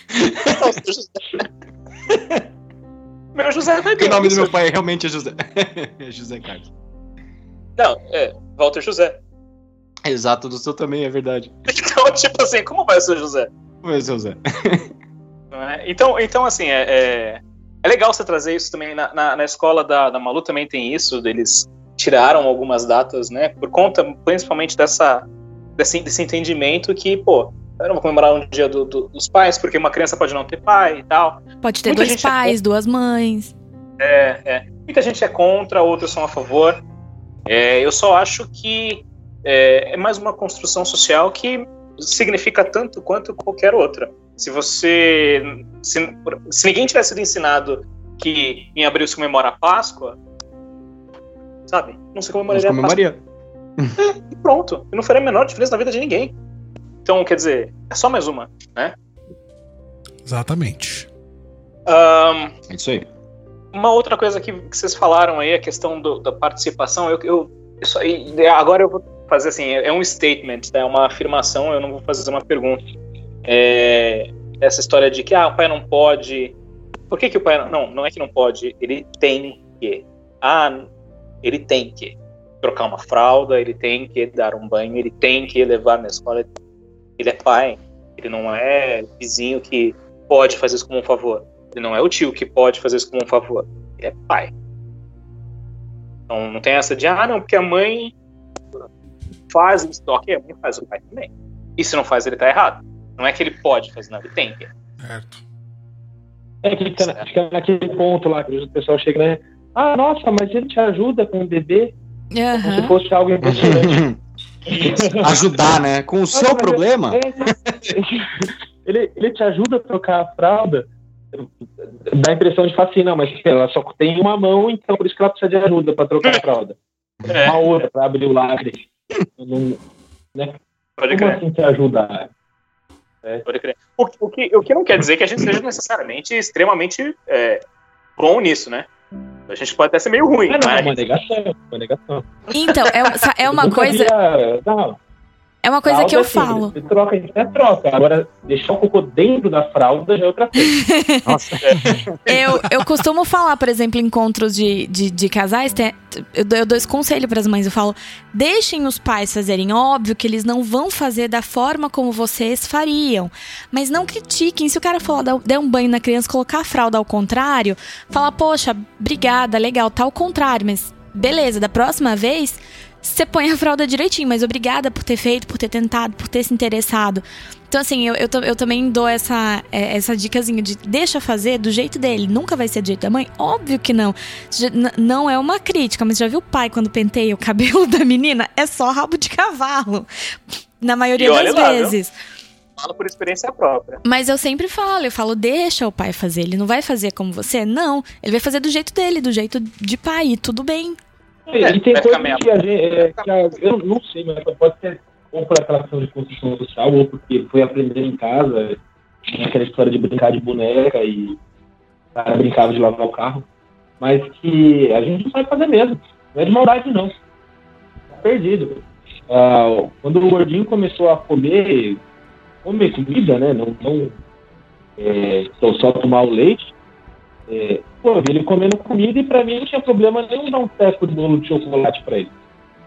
Meu José vai bem. O nome do meu pai realmente é José. É José Carlos. Não, Walter José. Exato, do seu também, é verdade. Então, tipo assim, como vai o seu José? Vai ser José. Então assim, é legal você trazer isso também. Na escola da Malu também tem isso, eles tiraram algumas datas, né? Por conta, principalmente, desse entendimento que, pô, eu não vou comemorar um dia dos pais, porque uma criança pode não ter pai e tal. Pode ter dois pais, duas mães. Muita gente é contra, outros são a favor. Eu só acho que é mais uma construção social que significa tanto quanto qualquer outra. Se ninguém tivesse sido ensinado que em abril se comemora a Páscoa, sabe? Não se comemoraria a Páscoa. E pronto. E não faria a menor diferença na vida de ninguém. Então, quer dizer, é só mais uma, né? Exatamente. É isso aí. Uma outra coisa que vocês falaram aí, a questão da participação, isso aí, agora eu vou fazer assim, é um statement, é uma afirmação, eu não vou fazer uma pergunta. Essa história de que o pai não pode. Por que o pai não é que não pode, ele tem que. Ele tem que trocar uma fralda, ele tem que dar um banho, ele tem que levar na escola. Ele é pai, ele não é vizinho que pode fazer isso como um favor. Ele não é o tio que pode fazer isso como um favor. Ele é pai. Então não tem essa de, não, porque a mãe faz isso. Ok, a mãe faz, o pai também. E se não faz, ele tá errado. Não é que ele pode fazer, não, ele tem que. Certo. Acho que é naquele ponto lá que o pessoal chega, né? Nossa, mas ele te ajuda com o bebê? Como se fosse algo impressionante. Ajudar, né? Com o seu problema. Ele te ajuda a trocar a fralda. Dá a impressão de falar assim, não, mas ela só tem uma mão, então por isso que ela precisa de ajuda para trocar a fralda. Uma outra para abrir o lagre. Né? Pode Como crer. assim te ajudar? Pode crer. O que não quer dizer que a gente seja necessariamente extremamente bom nisso, né? A gente pode até ser meio ruim. Uma negação. Então, é uma coisa. É uma coisa que eu falo. Você troca. Agora, deixar o cocô dentro da fralda já é outra coisa. Nossa. Eu costumo falar, por exemplo, em encontros de casais, eu dou esse conselho para as mães, eu falo, deixem os pais fazerem, óbvio que eles não vão fazer da forma como vocês fariam, mas não critiquem, se o cara der um banho na criança, colocar a fralda ao contrário, fala, poxa, obrigada, legal, tá ao contrário, mas beleza, da próxima vez você põe a fralda direitinho, mas obrigada por ter feito, por ter tentado, por ter se interessado. Então, assim, eu também dou essa dicasinha de deixa fazer do jeito dele. Nunca vai ser do jeito da mãe? Óbvio que não. Não é uma crítica, mas já viu o pai quando penteia o cabelo da menina? É só rabo de cavalo. Na maioria das vezes. Falo por experiência própria. Mas eu sempre falo, deixa o pai fazer. Ele não vai fazer como você? Não. Ele vai fazer do jeito dele, do jeito de pai, e tudo bem. E tem coisa que a gente, eu não sei, mas pode ser ou por aquela questão de construção social, ou porque foi aprender em casa, aquela história de brincar de boneca e o cara brincava de lavar o carro, mas que a gente não sabe fazer mesmo. Não é de maldade, não. Tá perdido. Quando o gordinho começou a comer comida, né? Não só tomar o leite. Ele comendo comida e pra mim não tinha problema nenhum dar um teco de bolo de chocolate pra ele.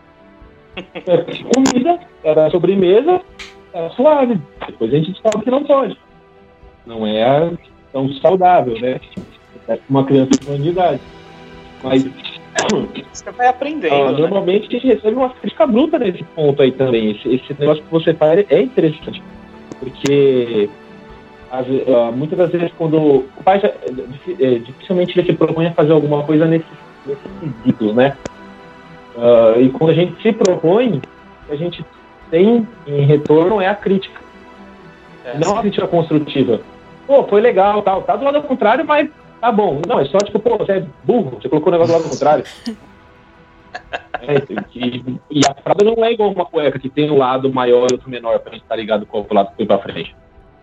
Comida, era sobremesa, era suave. Depois a gente descobre que não pode. Não é tão saudável, né? É uma criança de grande idade. Mas você vai aprendendo. Normalmente a gente recebe uma crítica bruta nesse ponto aí também. Esse negócio que você faz é interessante. Porque muitas das vezes quando o pai dificilmente ele se propõe a fazer alguma coisa nesses quesitos, né? E quando a gente se propõe, o que a gente tem em retorno é a crítica. Não a crítica construtiva. Foi legal, tal, tá do lado contrário, mas tá bom. Não, é só tipo, você é burro, você colocou o negócio do lado contrário. E a fralda não é igual uma cueca que tem um lado maior e outro menor pra gente estar ligado qual o lado que foi pra frente.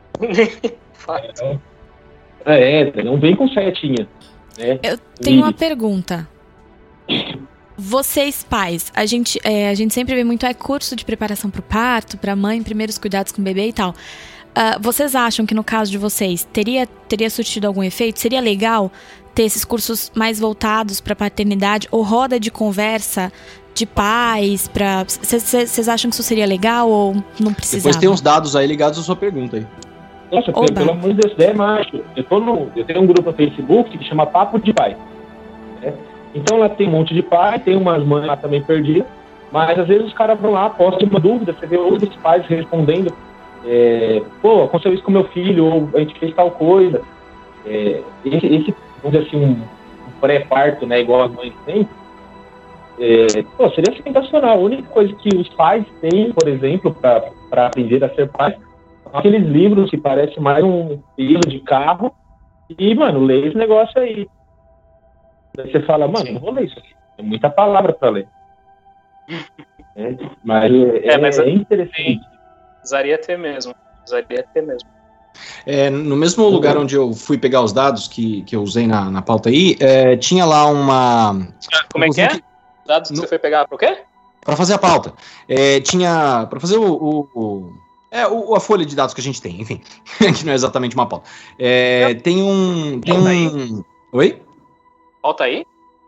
Não vem com setinha. Né? Eu tenho uma pergunta. Vocês pais, a gente sempre vê muito curso de preparação pro parto, pra mãe, primeiros cuidados com o bebê e tal. Vocês acham que no caso de vocês teria surtido algum efeito? Seria legal ter esses cursos mais voltados para paternidade ou roda de conversa de pais? Vocês acham que isso seria legal ou não precisava? Depois tem uns dados aí ligados à sua pergunta aí. Nossa, pelo amor de Deus, é macho. Eu tenho um grupo no Facebook que chama Papo de Pai. Né? Então lá tem um monte de pai, tem umas mães lá também perdidas, mas às vezes os caras vão lá, postam uma dúvida, você vê outros pais respondendo. Aconteceu isso com meu filho, ou a gente fez tal coisa. Esse vamos dizer assim, um pré-parto, né, igual as mães têm, seria sensacional. A única coisa que os pais têm, por exemplo, para aprender a ser pais, são aqueles livros que parecem mais um pelo de carro, e, mano, lê esse negócio aí. Daí você fala, mano, não vou ler isso aqui, tem muita palavra para ler. Mas é interessante. Precisaria ter mesmo. No mesmo lugar onde eu fui pegar os dados que eu usei na pauta aí, tinha lá uma... Como é que é? Dados que você foi pegar para o quê? Para fazer a pauta. Tinha... Para fazer a folha de dados que a gente tem, enfim. Que não é exatamente uma pauta. Tem um... Oi? Pauta aí?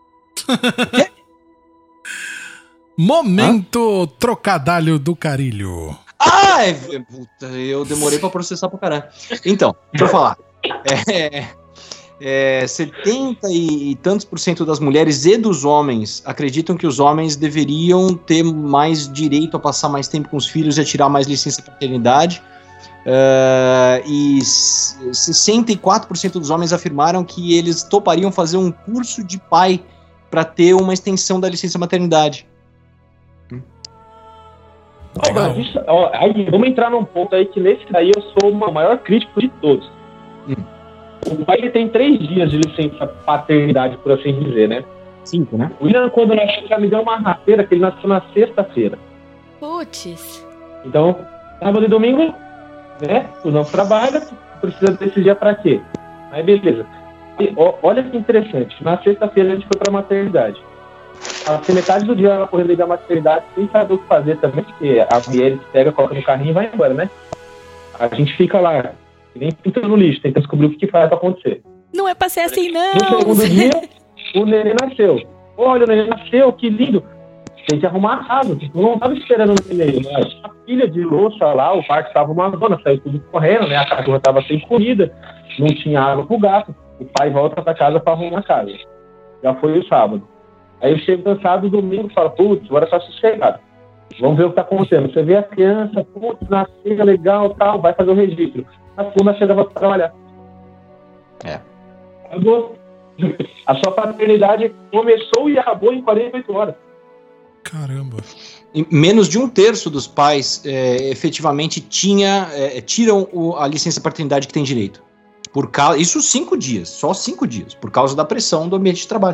Momento trocadalho do Carilho. Puta, eu demorei pra processar pra caralho. Então, deixa eu falar. 70 e tantos % das mulheres e dos homens acreditam que os homens deveriam ter mais direito a passar mais tempo com os filhos e a tirar mais licença paternidade. E 64% dos homens afirmaram que eles topariam fazer um curso de pai para ter uma extensão da licença maternidade. Aí, vamos entrar num ponto aí que nesse daí eu sou o maior crítico de todos. O pai ele tem 3 dias de licença paternidade, por assim dizer, né? 5, né? O William, quando nasceu, já me deu uma rasteira que ele nasceu na sexta-feira. Putz. Então, sábado e domingo, né? Tu não trabalha, tu precisa desse dia pra quê? Aí beleza. E, olha que interessante, na sexta-feira a gente foi pra maternidade. A metade do dia ela correndo da maternidade sem saber o que fazer também, porque a mulher pega, coloca no carrinho e vai embora, né? A gente fica lá, nem pintando no lixo, tentando descobrir o que faz pra acontecer. Não é pra ser assim, não! No segundo dia, o neném nasceu. Olha, o neném nasceu, que lindo! Tem que arrumar a casa, eu não tava esperando o neném, mas a pilha de louça lá, o parque tava uma zona, saiu tudo correndo, né? A cachorra tava sem comida, não tinha água pro gato. O pai volta pra casa pra arrumar a casa. Já foi o sábado. Aí eu chego cansado domingo e falo, putz, agora tá sossegado. Vamos ver o que tá acontecendo. Você vê a criança, putz, nasceu, legal, tal, vai fazer o registro. Na segunda chega pra trabalhar. Acabou. A sua paternidade começou e acabou em 48 horas. Caramba. E menos de 1/3 dos pais efetivamente tiram a licença paternidade que tem direito. Isso 5 dias, só 5 dias, por causa da pressão do ambiente de trabalho.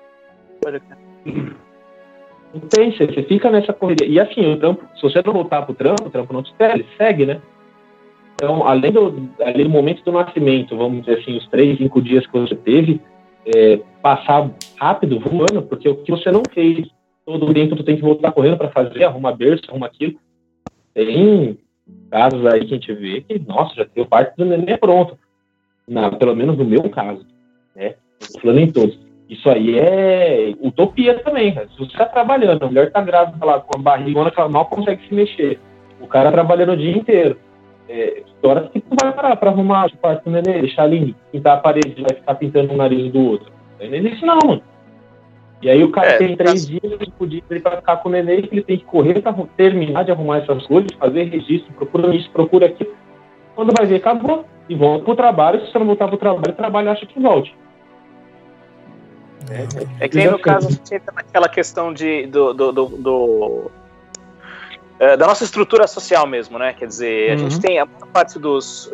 Não tem, você fica nessa correria. E assim, o trampo, se você não voltar pro trampo, o trampo não te espera, ele segue, né? Então, além do momento do nascimento, vamos dizer assim, os 3, 5 dias que você teve, passar rápido, voando, porque o que você não fez todo o tempo, tu tem que voltar correndo para fazer, arruma berço, arruma aquilo. Tem casos aí que a gente vê que, nossa, já tem o parto do neném pronto. Pelo menos no meu caso, né? Falando em todos. Isso aí é utopia também, cara. Se você tá trabalhando, a mulher tá grávida lá com a barrigona que ela mal consegue se mexer, o cara trabalhando o dia inteiro, horas que tu vai parar pra arrumar o quarto do neném, deixar lindo, pintar a parede, vai ficar pintando o nariz do outro. Não existe não, mano. E aí o cara tem 3 dias, 5 dias pra ficar com o neném, que ele tem que correr pra terminar de arrumar essas coisas, fazer registro, procura isso, procura aquilo. Quando vai ver, acabou. E volta pro trabalho. Se você não voltar pro trabalho, o trabalho acha que volte. É que nem no caso a gente entra naquela questão da nossa estrutura social mesmo, né? Quer dizer, a gente tem a maior parte dos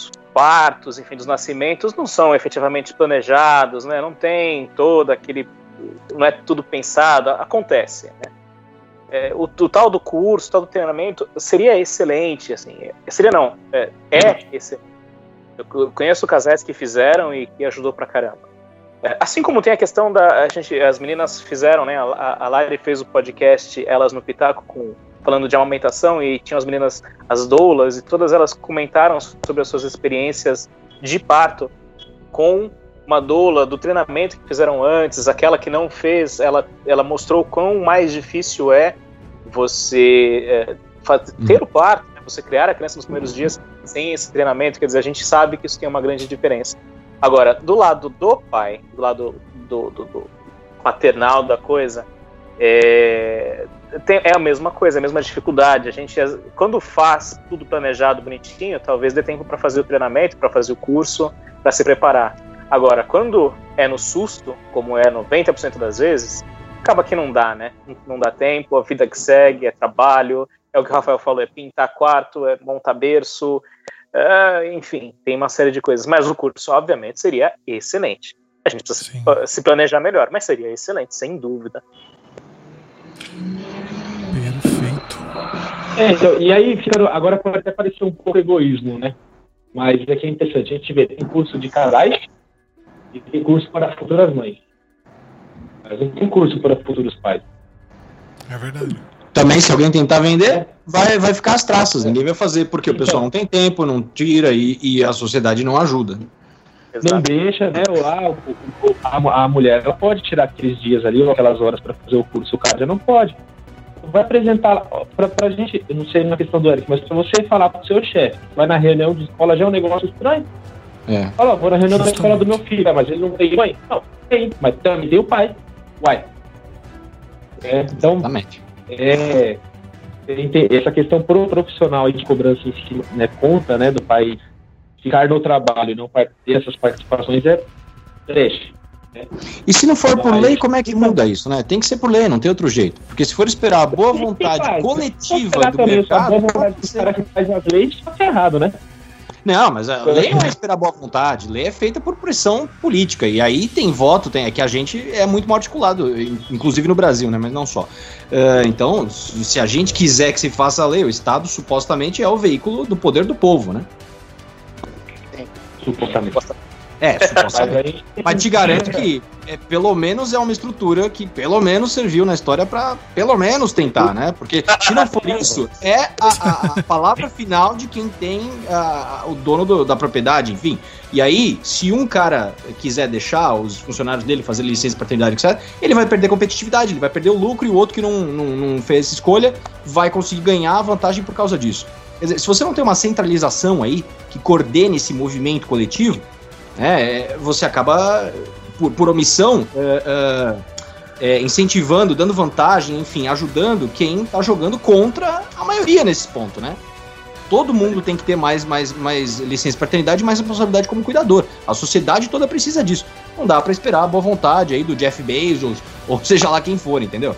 partos, enfim, dos nascimentos não são efetivamente planejados, né? Não tem todo aquele não é tudo pensado, acontece, né? O tal do curso, o tal do treinamento seria excelente, assim, é excelente. Eu conheço casais que fizeram e que ajudou pra caramba. Assim como tem a questão as meninas fizeram, né, a Lari fez o podcast Elas no Pitaco falando de amamentação, e tinham as meninas, as doulas, e todas elas comentaram sobre as suas experiências de parto com uma doula, do treinamento que fizeram antes. Aquela que não fez, ela mostrou o quão mais difícil é você ter o parto, né? Você criar a criança nos primeiros dias sem esse treinamento. Quer dizer, a gente sabe que isso tem uma grande diferença. Agora, do lado do pai, do lado do paternal da coisa, é a mesma coisa, a mesma dificuldade. A gente, quando faz tudo planejado, bonitinho, talvez dê tempo para fazer o treinamento, para fazer o curso, para se preparar. Agora, quando é no susto, como é 90% das vezes, acaba que não dá, né? Não dá tempo, a vida que segue, é trabalho, é o que o Rafael falou, é pintar quarto, é montar berço, enfim, tem uma série de coisas. Mas o curso, obviamente, seria excelente. A gente precisa se planejar melhor, mas seria excelente, sem dúvida. Perfeito. Então, e aí, agora pode até parecer um pouco egoísmo, né? Mas é que é interessante, a gente vê, tem curso de casais e tem curso para futuras mães. Mas não tem curso para futuros pais. É verdade. Também, se alguém tentar vender, vai ficar as traças, ninguém vai fazer, porque o pessoal não tem tempo, não tira e a sociedade não ajuda. Não deixa, né? A mulher, ela pode tirar aqueles dias ali, ou aquelas horas para fazer o curso, o cara já não pode. Vai apresentar pra gente, eu não sei na questão do Eric, mas pra você falar pro seu chefe, vai na reunião de escola, já é um negócio estranho. Fala, vou na reunião da escola do meu filho, mas ele não tem mãe? Não, tem, mas também tem o pai. Uai. Então, exatamente. Essa questão pro profissional de cobrança em cima, né, conta, né, do pai ficar no trabalho e não ter essas participações é trash. E se não for por lei, como é que muda isso, né? Tem que ser por lei, não tem outro jeito. Porque se for esperar a boa vontade coletiva do mercado... A boa vontade dos caras que fazem as leis, tá errado, né? Não, mas a lei não é esperar boa vontade, lei é feita por pressão política, e aí tem voto, é que a gente é muito mal articulado, inclusive no Brasil, né, mas não só. Então, se a gente quiser que se faça a lei, o Estado supostamente é o veículo do poder do povo, né? Supostamente. Supostamente. Mas te garanto que pelo menos é uma estrutura que pelo menos serviu na história para pelo menos tentar, né? Porque se não for isso, é a palavra final de quem tem o dono da propriedade, enfim. E aí, se um cara quiser deixar os funcionários dele fazer licença de paternidade, etc., ele vai perder competitividade, ele vai perder o lucro, e o outro que não fez essa escolha vai conseguir ganhar a vantagem por causa disso. Quer dizer, se você não tem uma centralização aí que coordene esse movimento coletivo, você acaba, por omissão, incentivando, dando vantagem, enfim, ajudando quem está jogando contra a maioria nesse ponto, né? Todo mundo tem que ter mais licença de paternidade e mais responsabilidade como cuidador. A sociedade toda precisa disso. Não dá para esperar a boa vontade aí do Jeff Bezos, ou seja lá quem for, entendeu?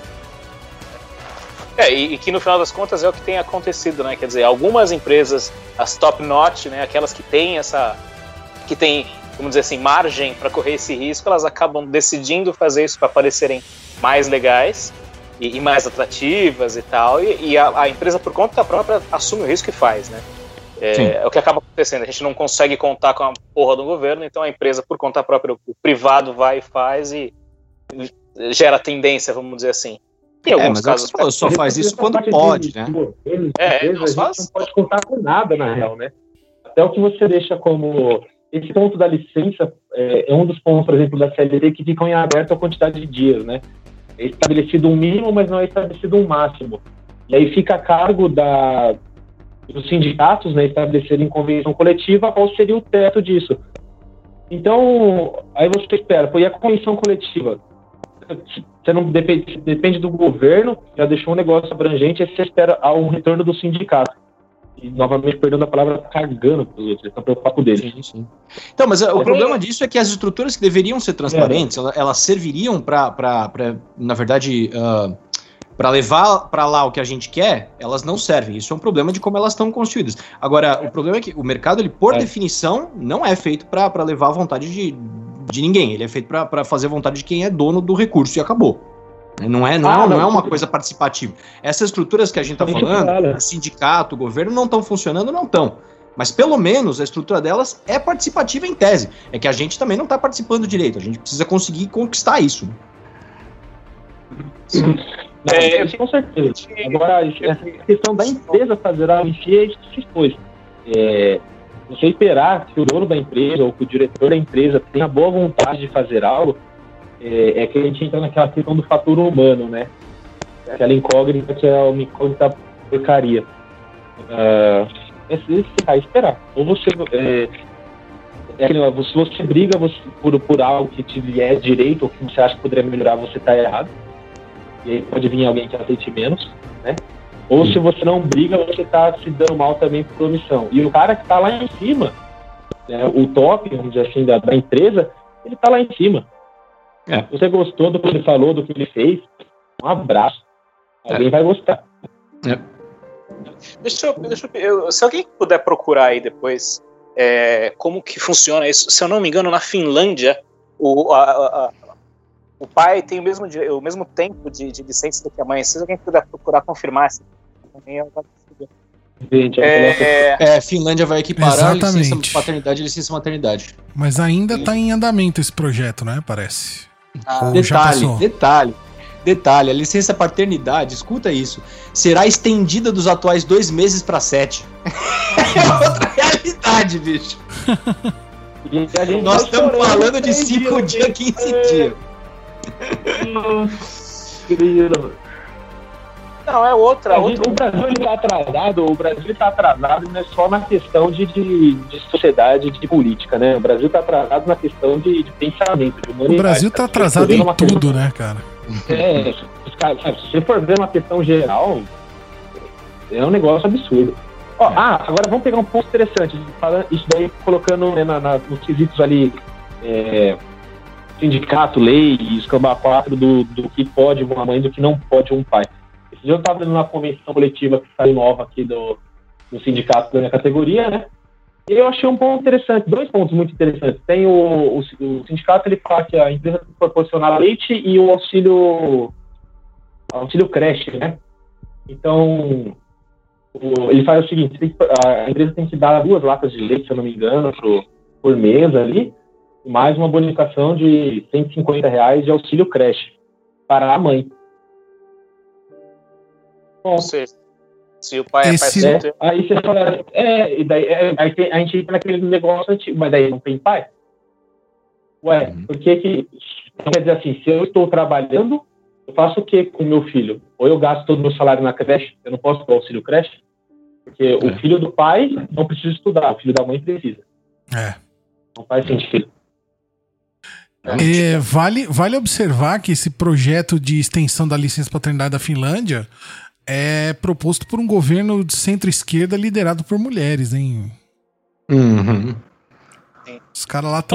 E que no final das contas é o que tem acontecido, né? Quer dizer, algumas empresas, as top-notch, né, aquelas que têm vamos dizer assim, margem para correr esse risco, elas acabam decidindo fazer isso para parecerem mais legais e mais atrativas e tal, e a empresa, por conta própria, assume o risco e faz, né? É o que acaba acontecendo, a gente não consegue contar com a porra do governo, então a empresa, por conta própria, o privado vai e faz e gera tendência, vamos dizer assim. Em alguns casos... só faz isso quando pode, né? A gente não pode contar com nada, na real, né? Até o que você deixa como... Esse ponto da licença é um dos pontos, por exemplo, da CLT que ficam em aberto a quantidade de dias, né? É estabelecido um mínimo, mas não é estabelecido um máximo. E aí fica a cargo dos sindicatos, né, estabelecerem convenção coletiva qual seria o teto disso. Então, aí você espera, e a convenção coletiva? Você não depende do governo, já deixou um negócio abrangente, aí você espera um retorno do sindicato. E, novamente, perdendo a palavra, cagando para os outros, está preocupado com deles. Sim. Então, mas o problema disso é que as estruturas que deveriam ser transparentes, elas serviriam para na verdade, para levar para lá o que a gente quer, elas não servem. Isso é um problema de como elas estão construídas. Agora, o problema é que o mercado, ele por definição, não é feito para levar a vontade de ninguém, ele é feito para fazer a vontade de quem é dono do recurso e acabou. Não é uma coisa participativa. Essas estruturas que a gente está falando, o sindicato, o governo, não estão funcionando, não estão. Mas pelo menos a estrutura delas é participativa em tese. É que a gente também não está participando direito. A gente precisa conseguir conquistar isso. Com certeza. Agora, a questão da empresa fazer algo em si é isso que se expôs. Você esperar que o dono da empresa ou que o diretor da empresa tenha boa vontade de fazer algo, é que a gente entra naquela questão do fator humano, né? Aquela incógnita que é uma incógnita porcaria. É esperar. Ou você... se você briga por algo que te vier direito ou que você acha que poderia melhorar, você está errado. E aí pode vir alguém que aceite menos, né? Ou se você não briga, você está se dando mal também por omissão. E o cara que está lá em cima, né, o top, vamos dizer assim, da empresa, ele está lá em cima. Você gostou do que ele falou, do que ele fez? Um abraço. Alguém vai gostar. Se alguém puder procurar aí depois como que funciona isso. Se eu não me engano, na Finlândia, o pai tem o mesmo tempo de licença do que a mãe. Se alguém puder procurar confirmar isso, também é Finlândia vai equiparar a licença paternidade e licença maternidade. Mas ainda está em andamento esse projeto, né? Parece. Detalhe, a licença paternidade, escuta isso, será estendida dos atuais 2 meses para 7. É outra realidade, bicho. Nós estamos falando de 5 dias, 15 dias. Não, é outra. O Brasil está atrasado não é só na questão de sociedade, de política, né? O Brasil está atrasado na questão de pensamento, de humanidade. O Brasil está atrasado em tudo, né, cara? Se você for ver uma questão geral, é um negócio absurdo. Agora vamos pegar um ponto interessante, isso daí colocando, né, nos quesitos ali, sindicato, lei, escamba 4 do que pode uma mãe, do que não pode um pai. Esse dia eu estava vendo uma convenção coletiva que saiu nova aqui do sindicato da minha categoria, né? E eu achei um ponto interessante, 2 pontos muito interessantes. Tem o sindicato, ele fala que a empresa tem que proporcionar leite e o auxílio creche, né? Então, ele faz o seguinte, a empresa tem que dar 2 latas de leite, se eu não me engano, por mês ali, mais uma bonificação de R$150 de auxílio creche para a mãe. Ou seja, se o pai é pai solteiro. Aí você fala, e daí a gente entra naquele negócio antigo, mas daí não tem pai? Por que quer dizer assim, se eu estou trabalhando, eu faço o que com o meu filho? Ou eu gasto todo o meu salário na creche, eu não posso dar auxílio creche? Porque o filho do pai não precisa estudar, o filho da mãe precisa. Não faz sentido. Vale observar que esse projeto de extensão da licença paternidade da Finlândia é proposto por um governo de centro-esquerda liderado por mulheres, hein? Uhum. Os caras lá estão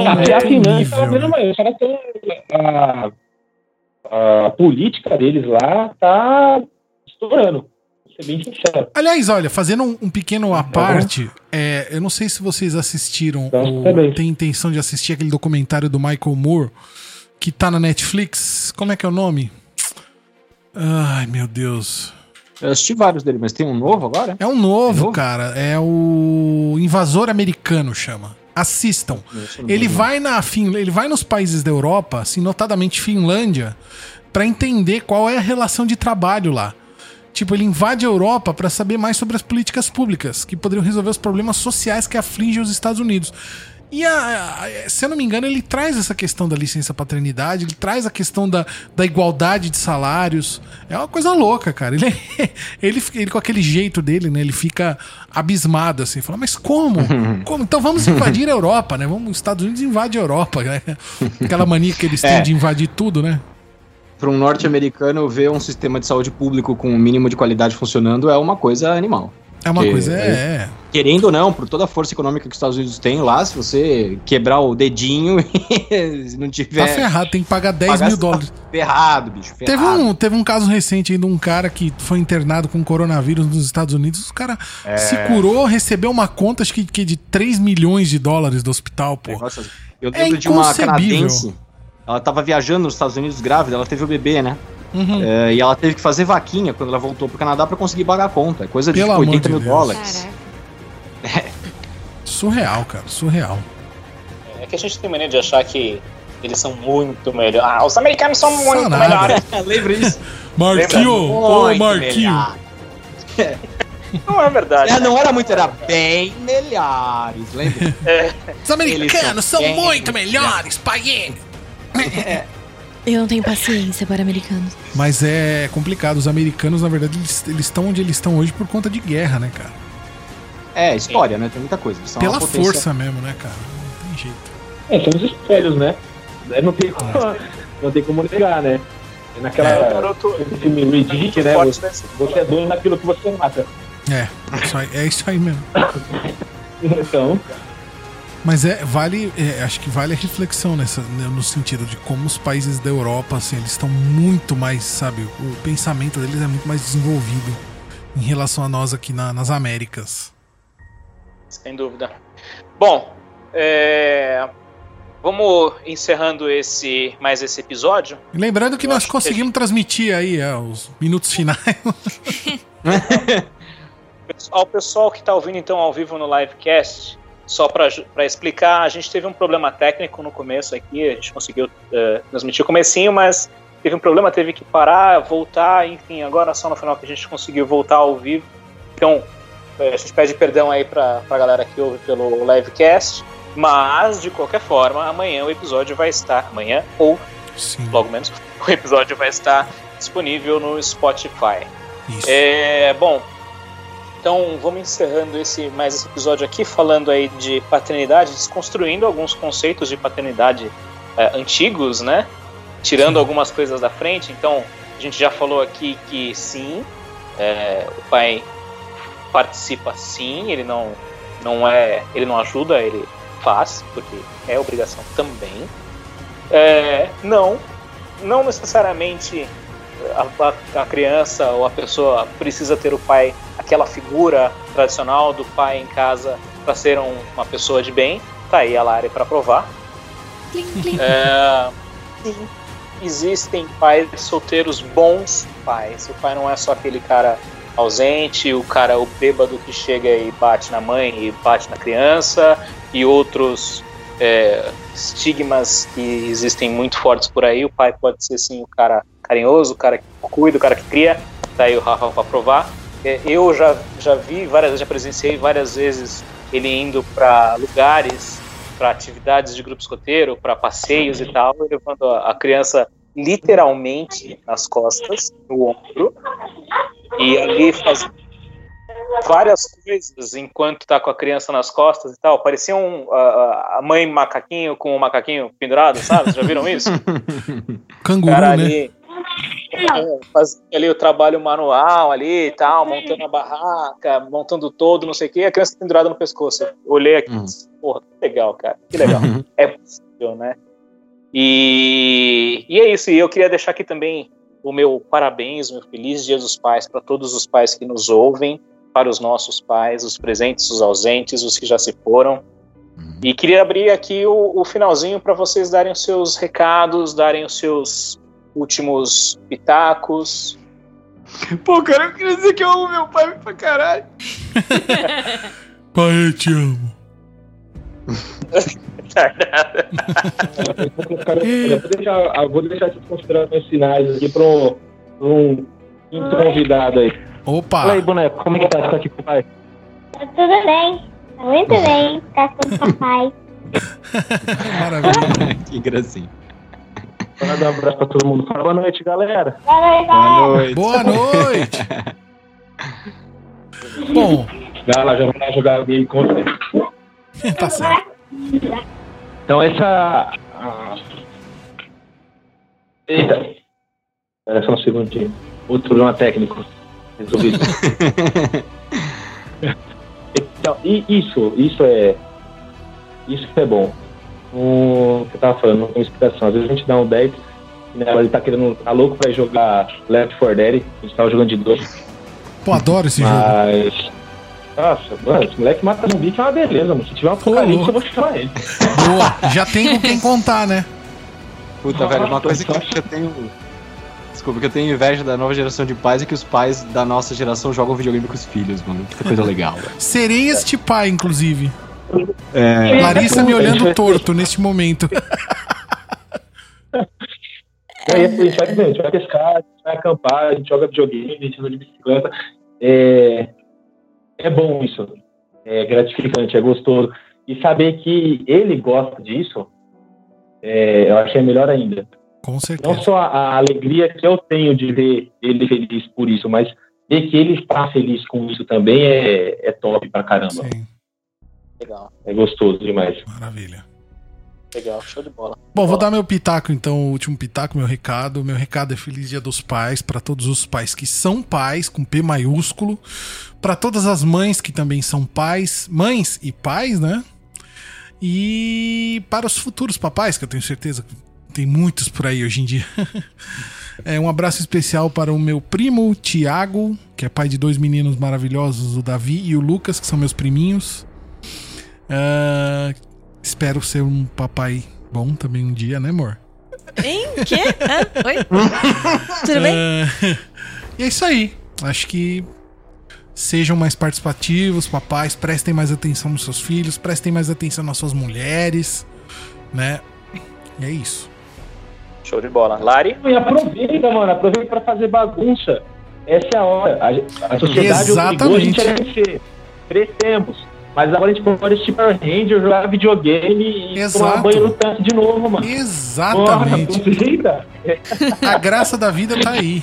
a política deles lá tá estourando. Vou ser bem sincero. Aliás, olha, fazendo um pequeno à parte, eu não sei se vocês assistiram ou têm intenção de assistir aquele documentário do Michael Moore que tá na Netflix. Como é que é o nome? Ai, meu Deus. Eu assisti vários dele, mas tem um novo agora? É um novo, cara. É o Invasor Americano, chama. Assistam. Ele vai nos países da Europa, assim, notadamente Finlândia, pra entender qual é a relação de trabalho lá. Tipo, ele invade a Europa pra saber mais sobre as políticas públicas que poderiam resolver os problemas sociais que afligem os Estados Unidos. E, se eu não me engano, ele traz essa questão da licença paternidade, ele traz a questão da igualdade de salários. É uma coisa louca, cara. Ele com aquele jeito dele, né? Ele fica abismado, assim. Fala, mas como? Como? Então vamos invadir a Europa, né? Os Estados Unidos invadem a Europa, né? Aquela mania que eles têm de invadir tudo, né? Para um norte-americano, ver um sistema de saúde público com um mínimo de qualidade funcionando é uma coisa animal. É uma coisa, Querendo ou não, por toda a força econômica que os Estados Unidos têm lá, se você quebrar o dedinho e não tiver... Tá ferrado, tem que pagar $10 mil. Tá ferrado, bicho, ferrado. Teve um caso recente aí de um cara que foi internado com coronavírus nos Estados Unidos. O cara se curou, recebeu uma conta, acho que de $3 milhões do hospital, pô. Eu lembro de uma canadense, ela tava viajando nos Estados Unidos grávida, ela teve o bebê, né? Uhum. E ela teve que fazer vaquinha quando ela voltou pro Canadá pra conseguir pagar a conta. É coisa de Pelo tipo, 80 amor mil de Deus. dólares. Surreal, cara, surreal. É que a gente tem mania de achar que eles são muito melhores. Ah, os americanos são muito melhores. Lembra isso? Marquinho! Ô, Marquinho! Não é verdade. Não era muito, era bem melhores, lembra? Os americanos são muito melhores, pai! Eu não tenho paciência para americanos. Mas é complicado. Os americanos, na verdade, eles estão onde eles estão hoje por conta de guerra, né, cara? História, né? Tem muita coisa. Eles são pela uma potência... força mesmo, né, cara? Não tem jeito. São os espelhos, né? Não tem como negar, né? Naquela filme Riddick, né? Você é dono naquilo que você mata. É isso aí mesmo. Então... Mas acho que vale a reflexão no sentido de como os países da Europa, assim, eles estão muito mais, sabe, o pensamento deles é muito mais desenvolvido em relação a nós aqui nas Américas. Sem dúvida. Bom, vamos encerrando mais esse episódio. E lembrando que nós conseguimos transmitir aí os minutos finais. Ao pessoal que está ouvindo então ao vivo no livecast, só para explicar, a gente teve um problema técnico no começo aqui, a gente conseguiu transmitir o comecinho, mas teve um problema, teve que parar, voltar, enfim, agora só no final que a gente conseguiu voltar ao vivo. Então, a gente pede perdão aí para a galera que ouve pelo livecast, mas, de qualquer forma, amanhã o episódio vai estar, amanhã ou logo menos, o episódio vai estar disponível no Spotify. Isso. Bom, então vamos encerrando mais esse episódio aqui, falando aí de paternidade, desconstruindo alguns conceitos de paternidade antigos, né? Tirando algumas coisas da frente. Então, a gente já falou aqui que sim, o pai participa sim, ele não ajuda, ele faz, porque é obrigação também. Não necessariamente a criança ou a pessoa precisa ter o pai, aquela figura tradicional do pai em casa para ser uma pessoa de bem. Tá aí a Lari para provar. Sim, existem pais solteiros, bons pais. O pai não é só aquele cara ausente, o bêbado que chega e bate na mãe e bate na criança, e outros estigmas que existem muito fortes por aí. O pai pode ser sim o cara carinhoso, o cara que cuida, o cara que cria. Tá aí o Rafa para provar. Eu já vi várias vezes, já presenciei várias vezes ele indo para lugares, para atividades de grupo escoteiro, para passeios e tal, levando a criança literalmente nas costas, no ombro, e ali fazendo várias coisas enquanto tá com a criança nas costas e tal. Parecia a mãe macaquinho com o macaquinho pendurado, sabe? Vocês já viram isso? Canguru, cara, né? Ali, fazendo ali o trabalho manual ali e tal, montando a barraca, montando todo, não sei o que, a criança pendurada no pescoço. Eu olhei aqui e disse, porra, que legal, cara, que legal. É possível, né? E é isso, e eu queria deixar aqui também o meu parabéns, o meu feliz Dia dos Pais para todos os pais que nos ouvem, para os nossos pais, os presentes, os ausentes, os que já se foram. E queria abrir aqui o finalzinho para vocês darem os seus recados, darem os seus últimos pitacos. Pô, cara, eu queria dizer que eu amo meu pai pra caralho. Pai, eu te amo. Eu vou deixar essas considerações finais aqui para um convidado aí. Opa! Fala aí, boneco, como é que tá? Você tá aqui com o pai? Tá tudo bem. Tá muito bem. Tá com o papai. Maravilha. Que gracinha. Manda um abraço pra todo mundo. Fala boa noite, galera. Boa noite. Boa noite! Bom, Vai lá, já vou lá jogar game com você. tá certo. Então essa... Eita. Espera só um segundinho. Outro problema técnico. Resolvido. Então, isso é bom. O que eu tava falando, não tem explicação. Às vezes a gente dá um 10, né, ele tá louco pra jogar Left 4 Dead. A gente tava jogando de 2. Pô, adoro esse jogo. Nossa, mano, esse moleque mata zumbi que é uma beleza, mano. Se tiver um apocalipse, eu vou chamar ele. Boa, já tem com quem contar, né? Puta, velho, uma coisa que eu tenho... Desculpa, que eu tenho inveja da nova geração de pais é que os pais da nossa geração jogam videogame com os filhos, mano. Que coisa legal, velho. Serei este pai, inclusive. Larissa me olhando torto neste momento. A gente vai pescar, a gente vai acampar, a gente joga videogame, a gente anda de bicicleta. É bom isso. É gratificante, é gostoso. E saber que ele gosta disso, eu acho que é melhor ainda. Com certeza. Não só a alegria que eu tenho de ver ele feliz por isso, mas ver que ele está feliz com isso também é top pra caramba. Sim. Legal. É gostoso demais. Maravilha. Legal, show de bola. Bom, vou dar meu pitaco então, o último pitaco, meu recado. Meu recado é Feliz Dia dos Pais para todos os pais que são pais, com P maiúsculo. Para todas as mães que também são pais, mães e pais, né? E para os futuros papais, que eu tenho certeza que tem muitos por aí hoje em dia. Um abraço especial para o meu primo Tiago, que é pai de 2 meninos maravilhosos, o Davi e o Lucas, que são meus priminhos. Espero ser um papai bom também um dia, né, amor? Hein? Quê? Oi? Tudo bem? E é isso aí. Acho que sejam mais participativos, papais, prestem mais atenção nos seus filhos, prestem mais atenção nas suas mulheres, né? E é isso. Show de bola. Lari? E aproveita, mano. Aproveita pra fazer bagunça. Essa é a hora. A sociedade obrigou a gente a crescer. Crescemos. Mas agora a gente pode assistir Power Ranger, jogar videogame e tomar banho no tanque de novo, mano. Exatamente. Porra, a graça da vida tá aí.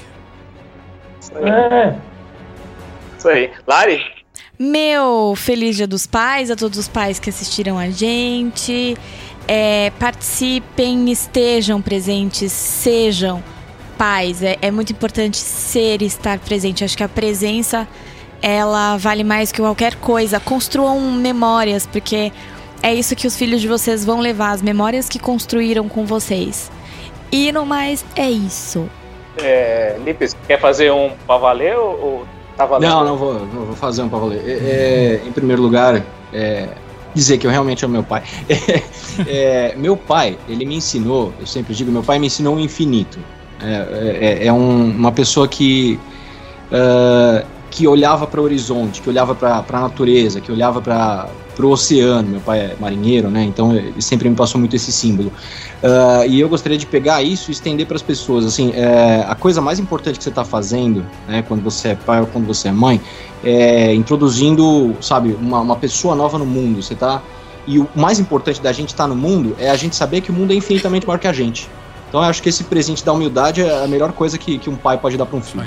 Isso aí. Lari? Meu Feliz Dia dos Pais a todos os pais que assistiram a gente. Participem, estejam presentes, sejam pais. É muito importante ser e estar presente. Acho que a presença, ela vale mais que qualquer coisa. Construam memórias, porque é isso que os filhos de vocês vão levar, as memórias que construíram com vocês. E no mais, é isso. Lipes, quer fazer um pra valer ou tá valendo? Não vou fazer um pra valer. Em primeiro lugar, dizer que eu realmente amo meu pai. Meu pai, ele me ensinou, eu sempre digo, meu pai me ensinou o infinito. Uma pessoa que olhava para o horizonte, que olhava para a natureza, que olhava para o oceano. Meu pai é marinheiro, né? Então ele sempre me passou muito esse símbolo. E eu gostaria de pegar isso e estender para as pessoas. Assim, a coisa mais importante que você está fazendo, né, quando você é pai ou quando você é mãe, introduzindo, sabe, uma pessoa nova no mundo. E o mais importante da gente estar no mundo é a gente saber que o mundo é infinitamente maior que a gente. Então eu acho que esse presente da humildade é a melhor coisa que um pai pode dar para um filho.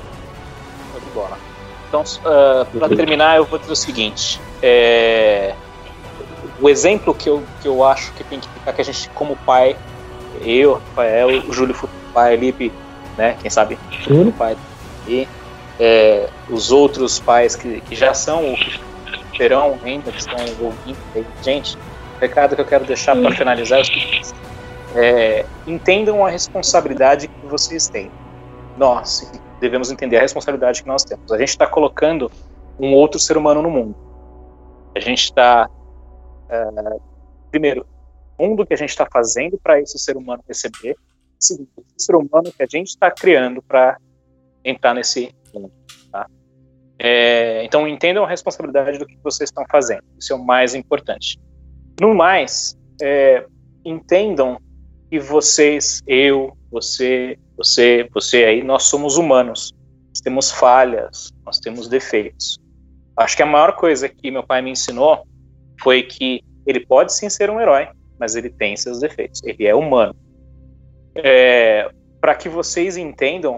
Então, para terminar, eu vou dizer o seguinte: o exemplo que eu acho que tem que ficar, que a gente, como pai, eu, Rafael, o Júlio, pai, Lipe, né? Quem sabe, o pai, e os outros pais que já são, ou que terão ainda, que estão ouvindo. Gente, o recado que eu quero deixar para finalizar é o seguinte: entendam a responsabilidade que vocês têm. Nós devemos entender a responsabilidade que nós temos. A gente está colocando um outro ser humano no mundo. A gente está, primeiro, o mundo que a gente está fazendo para esse ser humano receber, segundo, esse ser humano que a gente está criando para entrar nesse mundo. Tá? Então, entendam a responsabilidade do que vocês estão fazendo. Isso é o mais importante. No mais, entendam que vocês, eu, você aí, nós somos humanos. Nós temos falhas, nós temos defeitos. Acho que a maior coisa que meu pai me ensinou foi que ele pode sim ser um herói, mas ele tem seus defeitos. Ele é humano. Para que vocês entendam,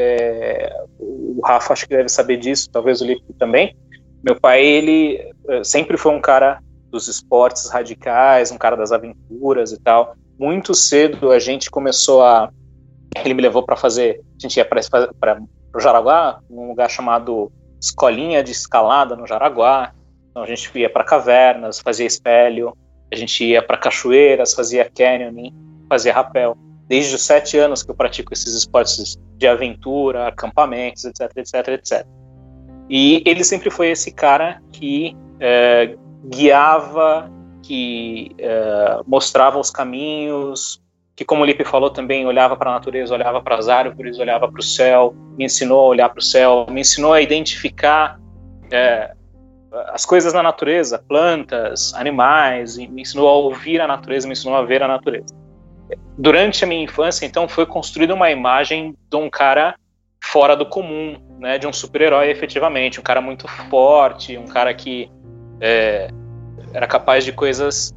o Rafa acho que deve saber disso, talvez o Lipe também. Meu pai, ele sempre foi um cara dos esportes radicais, um cara das aventuras e tal. Muito cedo a gente começou ele me levou para fazer, a gente ia para o Jaraguá, num lugar chamado Escolinha de Escalada no Jaraguá. Então a gente ia para cavernas, fazia espelho, a gente ia para cachoeiras, fazia canyoning, fazia rapel. Desde os 7 anos que eu pratico esses esportes de aventura, acampamentos, etc. E ele sempre foi esse cara que guiava, que mostrava os caminhos, que, como o Lipe falou também, olhava para a natureza, olhava para as árvores, olhava para o céu, me ensinou a olhar para o céu, me ensinou a identificar as coisas na natureza, plantas, animais, e me ensinou a ouvir a natureza, me ensinou a ver a natureza. Durante a minha infância, então, foi construída uma imagem de um cara fora do comum, né, de um super-herói, efetivamente, um cara muito forte, um cara que era capaz de coisas,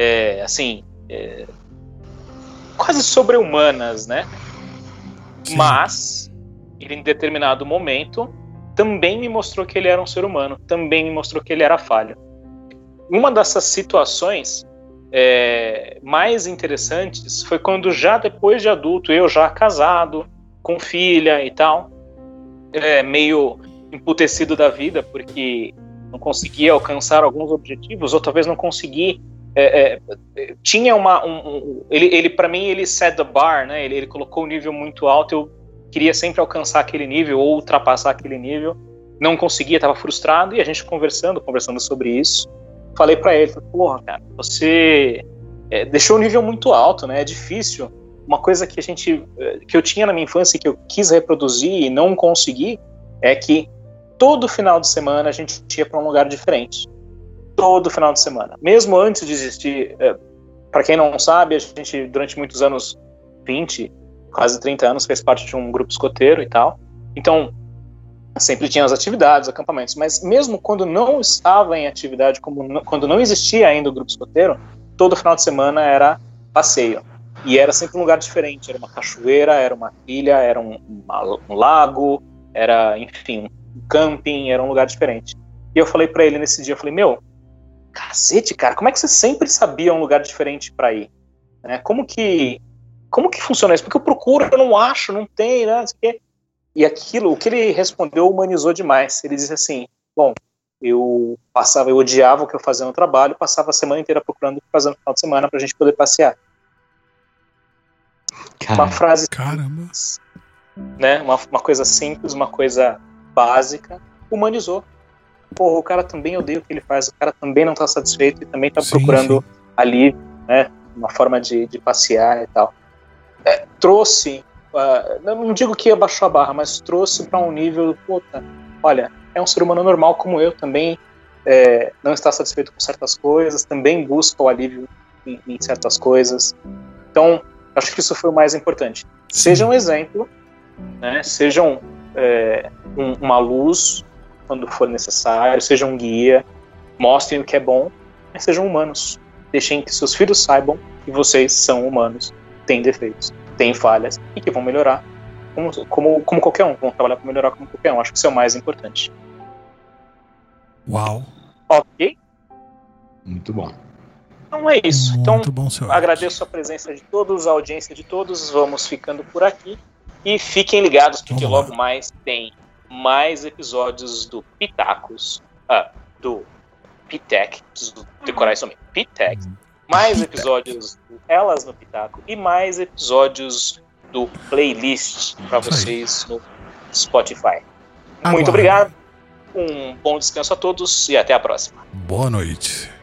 quase sobre-humanas, né? Sim. Mas, ele, em determinado momento, também me mostrou que ele era um ser humano, também me mostrou que ele era falho. Uma dessas situações mais interessantes foi quando, já depois de adulto, eu já casado, com filha e tal, meio emputecido da vida, porque não conseguia alcançar alguns objetivos, ou talvez não consegui. Tinha ele para mim, ele set the bar, né? Ele colocou um nível muito alto. Eu queria sempre alcançar aquele nível ou ultrapassar aquele nível, não conseguia, estava frustrado. E a gente conversando sobre isso, falei para ele, porra, cara, você deixou um nível muito alto, né? É difícil. Uma coisa que eu tinha na minha infância e que eu quis reproduzir e não consegui é que todo final de semana a gente ia para um lugar diferente. Todo final de semana. Mesmo antes de existir, para quem não sabe, a gente, durante muitos anos, 20, quase 30 anos, fez parte de um grupo escoteiro e tal. Então, sempre tinha as atividades, acampamentos. Mas mesmo quando não estava em atividade, quando não existia ainda o grupo escoteiro, todo final de semana era passeio. E era sempre um lugar diferente. Era uma cachoeira, era uma trilha, era um lago, era, enfim, um camping, era um lugar diferente. E eu falei pra ele nesse dia, eu falei, meu, cacete, cara, como é que você sempre sabia um lugar diferente pra ir? Como que funciona isso? Porque eu procuro, eu não acho, não tem, né? E aquilo, o que ele respondeu, humanizou demais. Ele disse assim, bom, eu odiava o que eu fazia no trabalho, passava a semana inteira procurando o que fazer no final de semana pra gente poder passear. Uma frase simples, né? Uma coisa simples, uma coisa básica, humanizou. Porra, o cara também odeia o que ele faz, o cara também não está satisfeito e também está procurando alívio, né? Uma forma de passear e tal. Trouxe, não digo que abaixou a barra, mas trouxe para um nível, puta, olha, é um ser humano normal como eu, também não está satisfeito com certas coisas, também busca o alívio em certas coisas. Então, acho que isso foi o mais importante. Seja um exemplo, né? Sejam uma luz quando for necessário, sejam um guia, mostrem o que é bom, mas sejam humanos. Deixem que seus filhos saibam que vocês são humanos, têm defeitos, têm falhas e que vão melhorar como qualquer um, vão trabalhar para melhorar como qualquer um. Acho que isso é o mais importante. Uau! Ok? Muito bom. Então é isso. Então, bom, agradeço a presença de todos, a audiência de todos. Vamos ficando por aqui. E fiquem ligados, porque logo mais tem mais episódios do Pitacos, do Pitec, preciso decorar isso também, Pitec, mais episódios do Elas no Pitaco e mais episódios do Playlist para vocês no Spotify. Muito obrigado, um bom descanso a todos e até a próxima. Boa noite.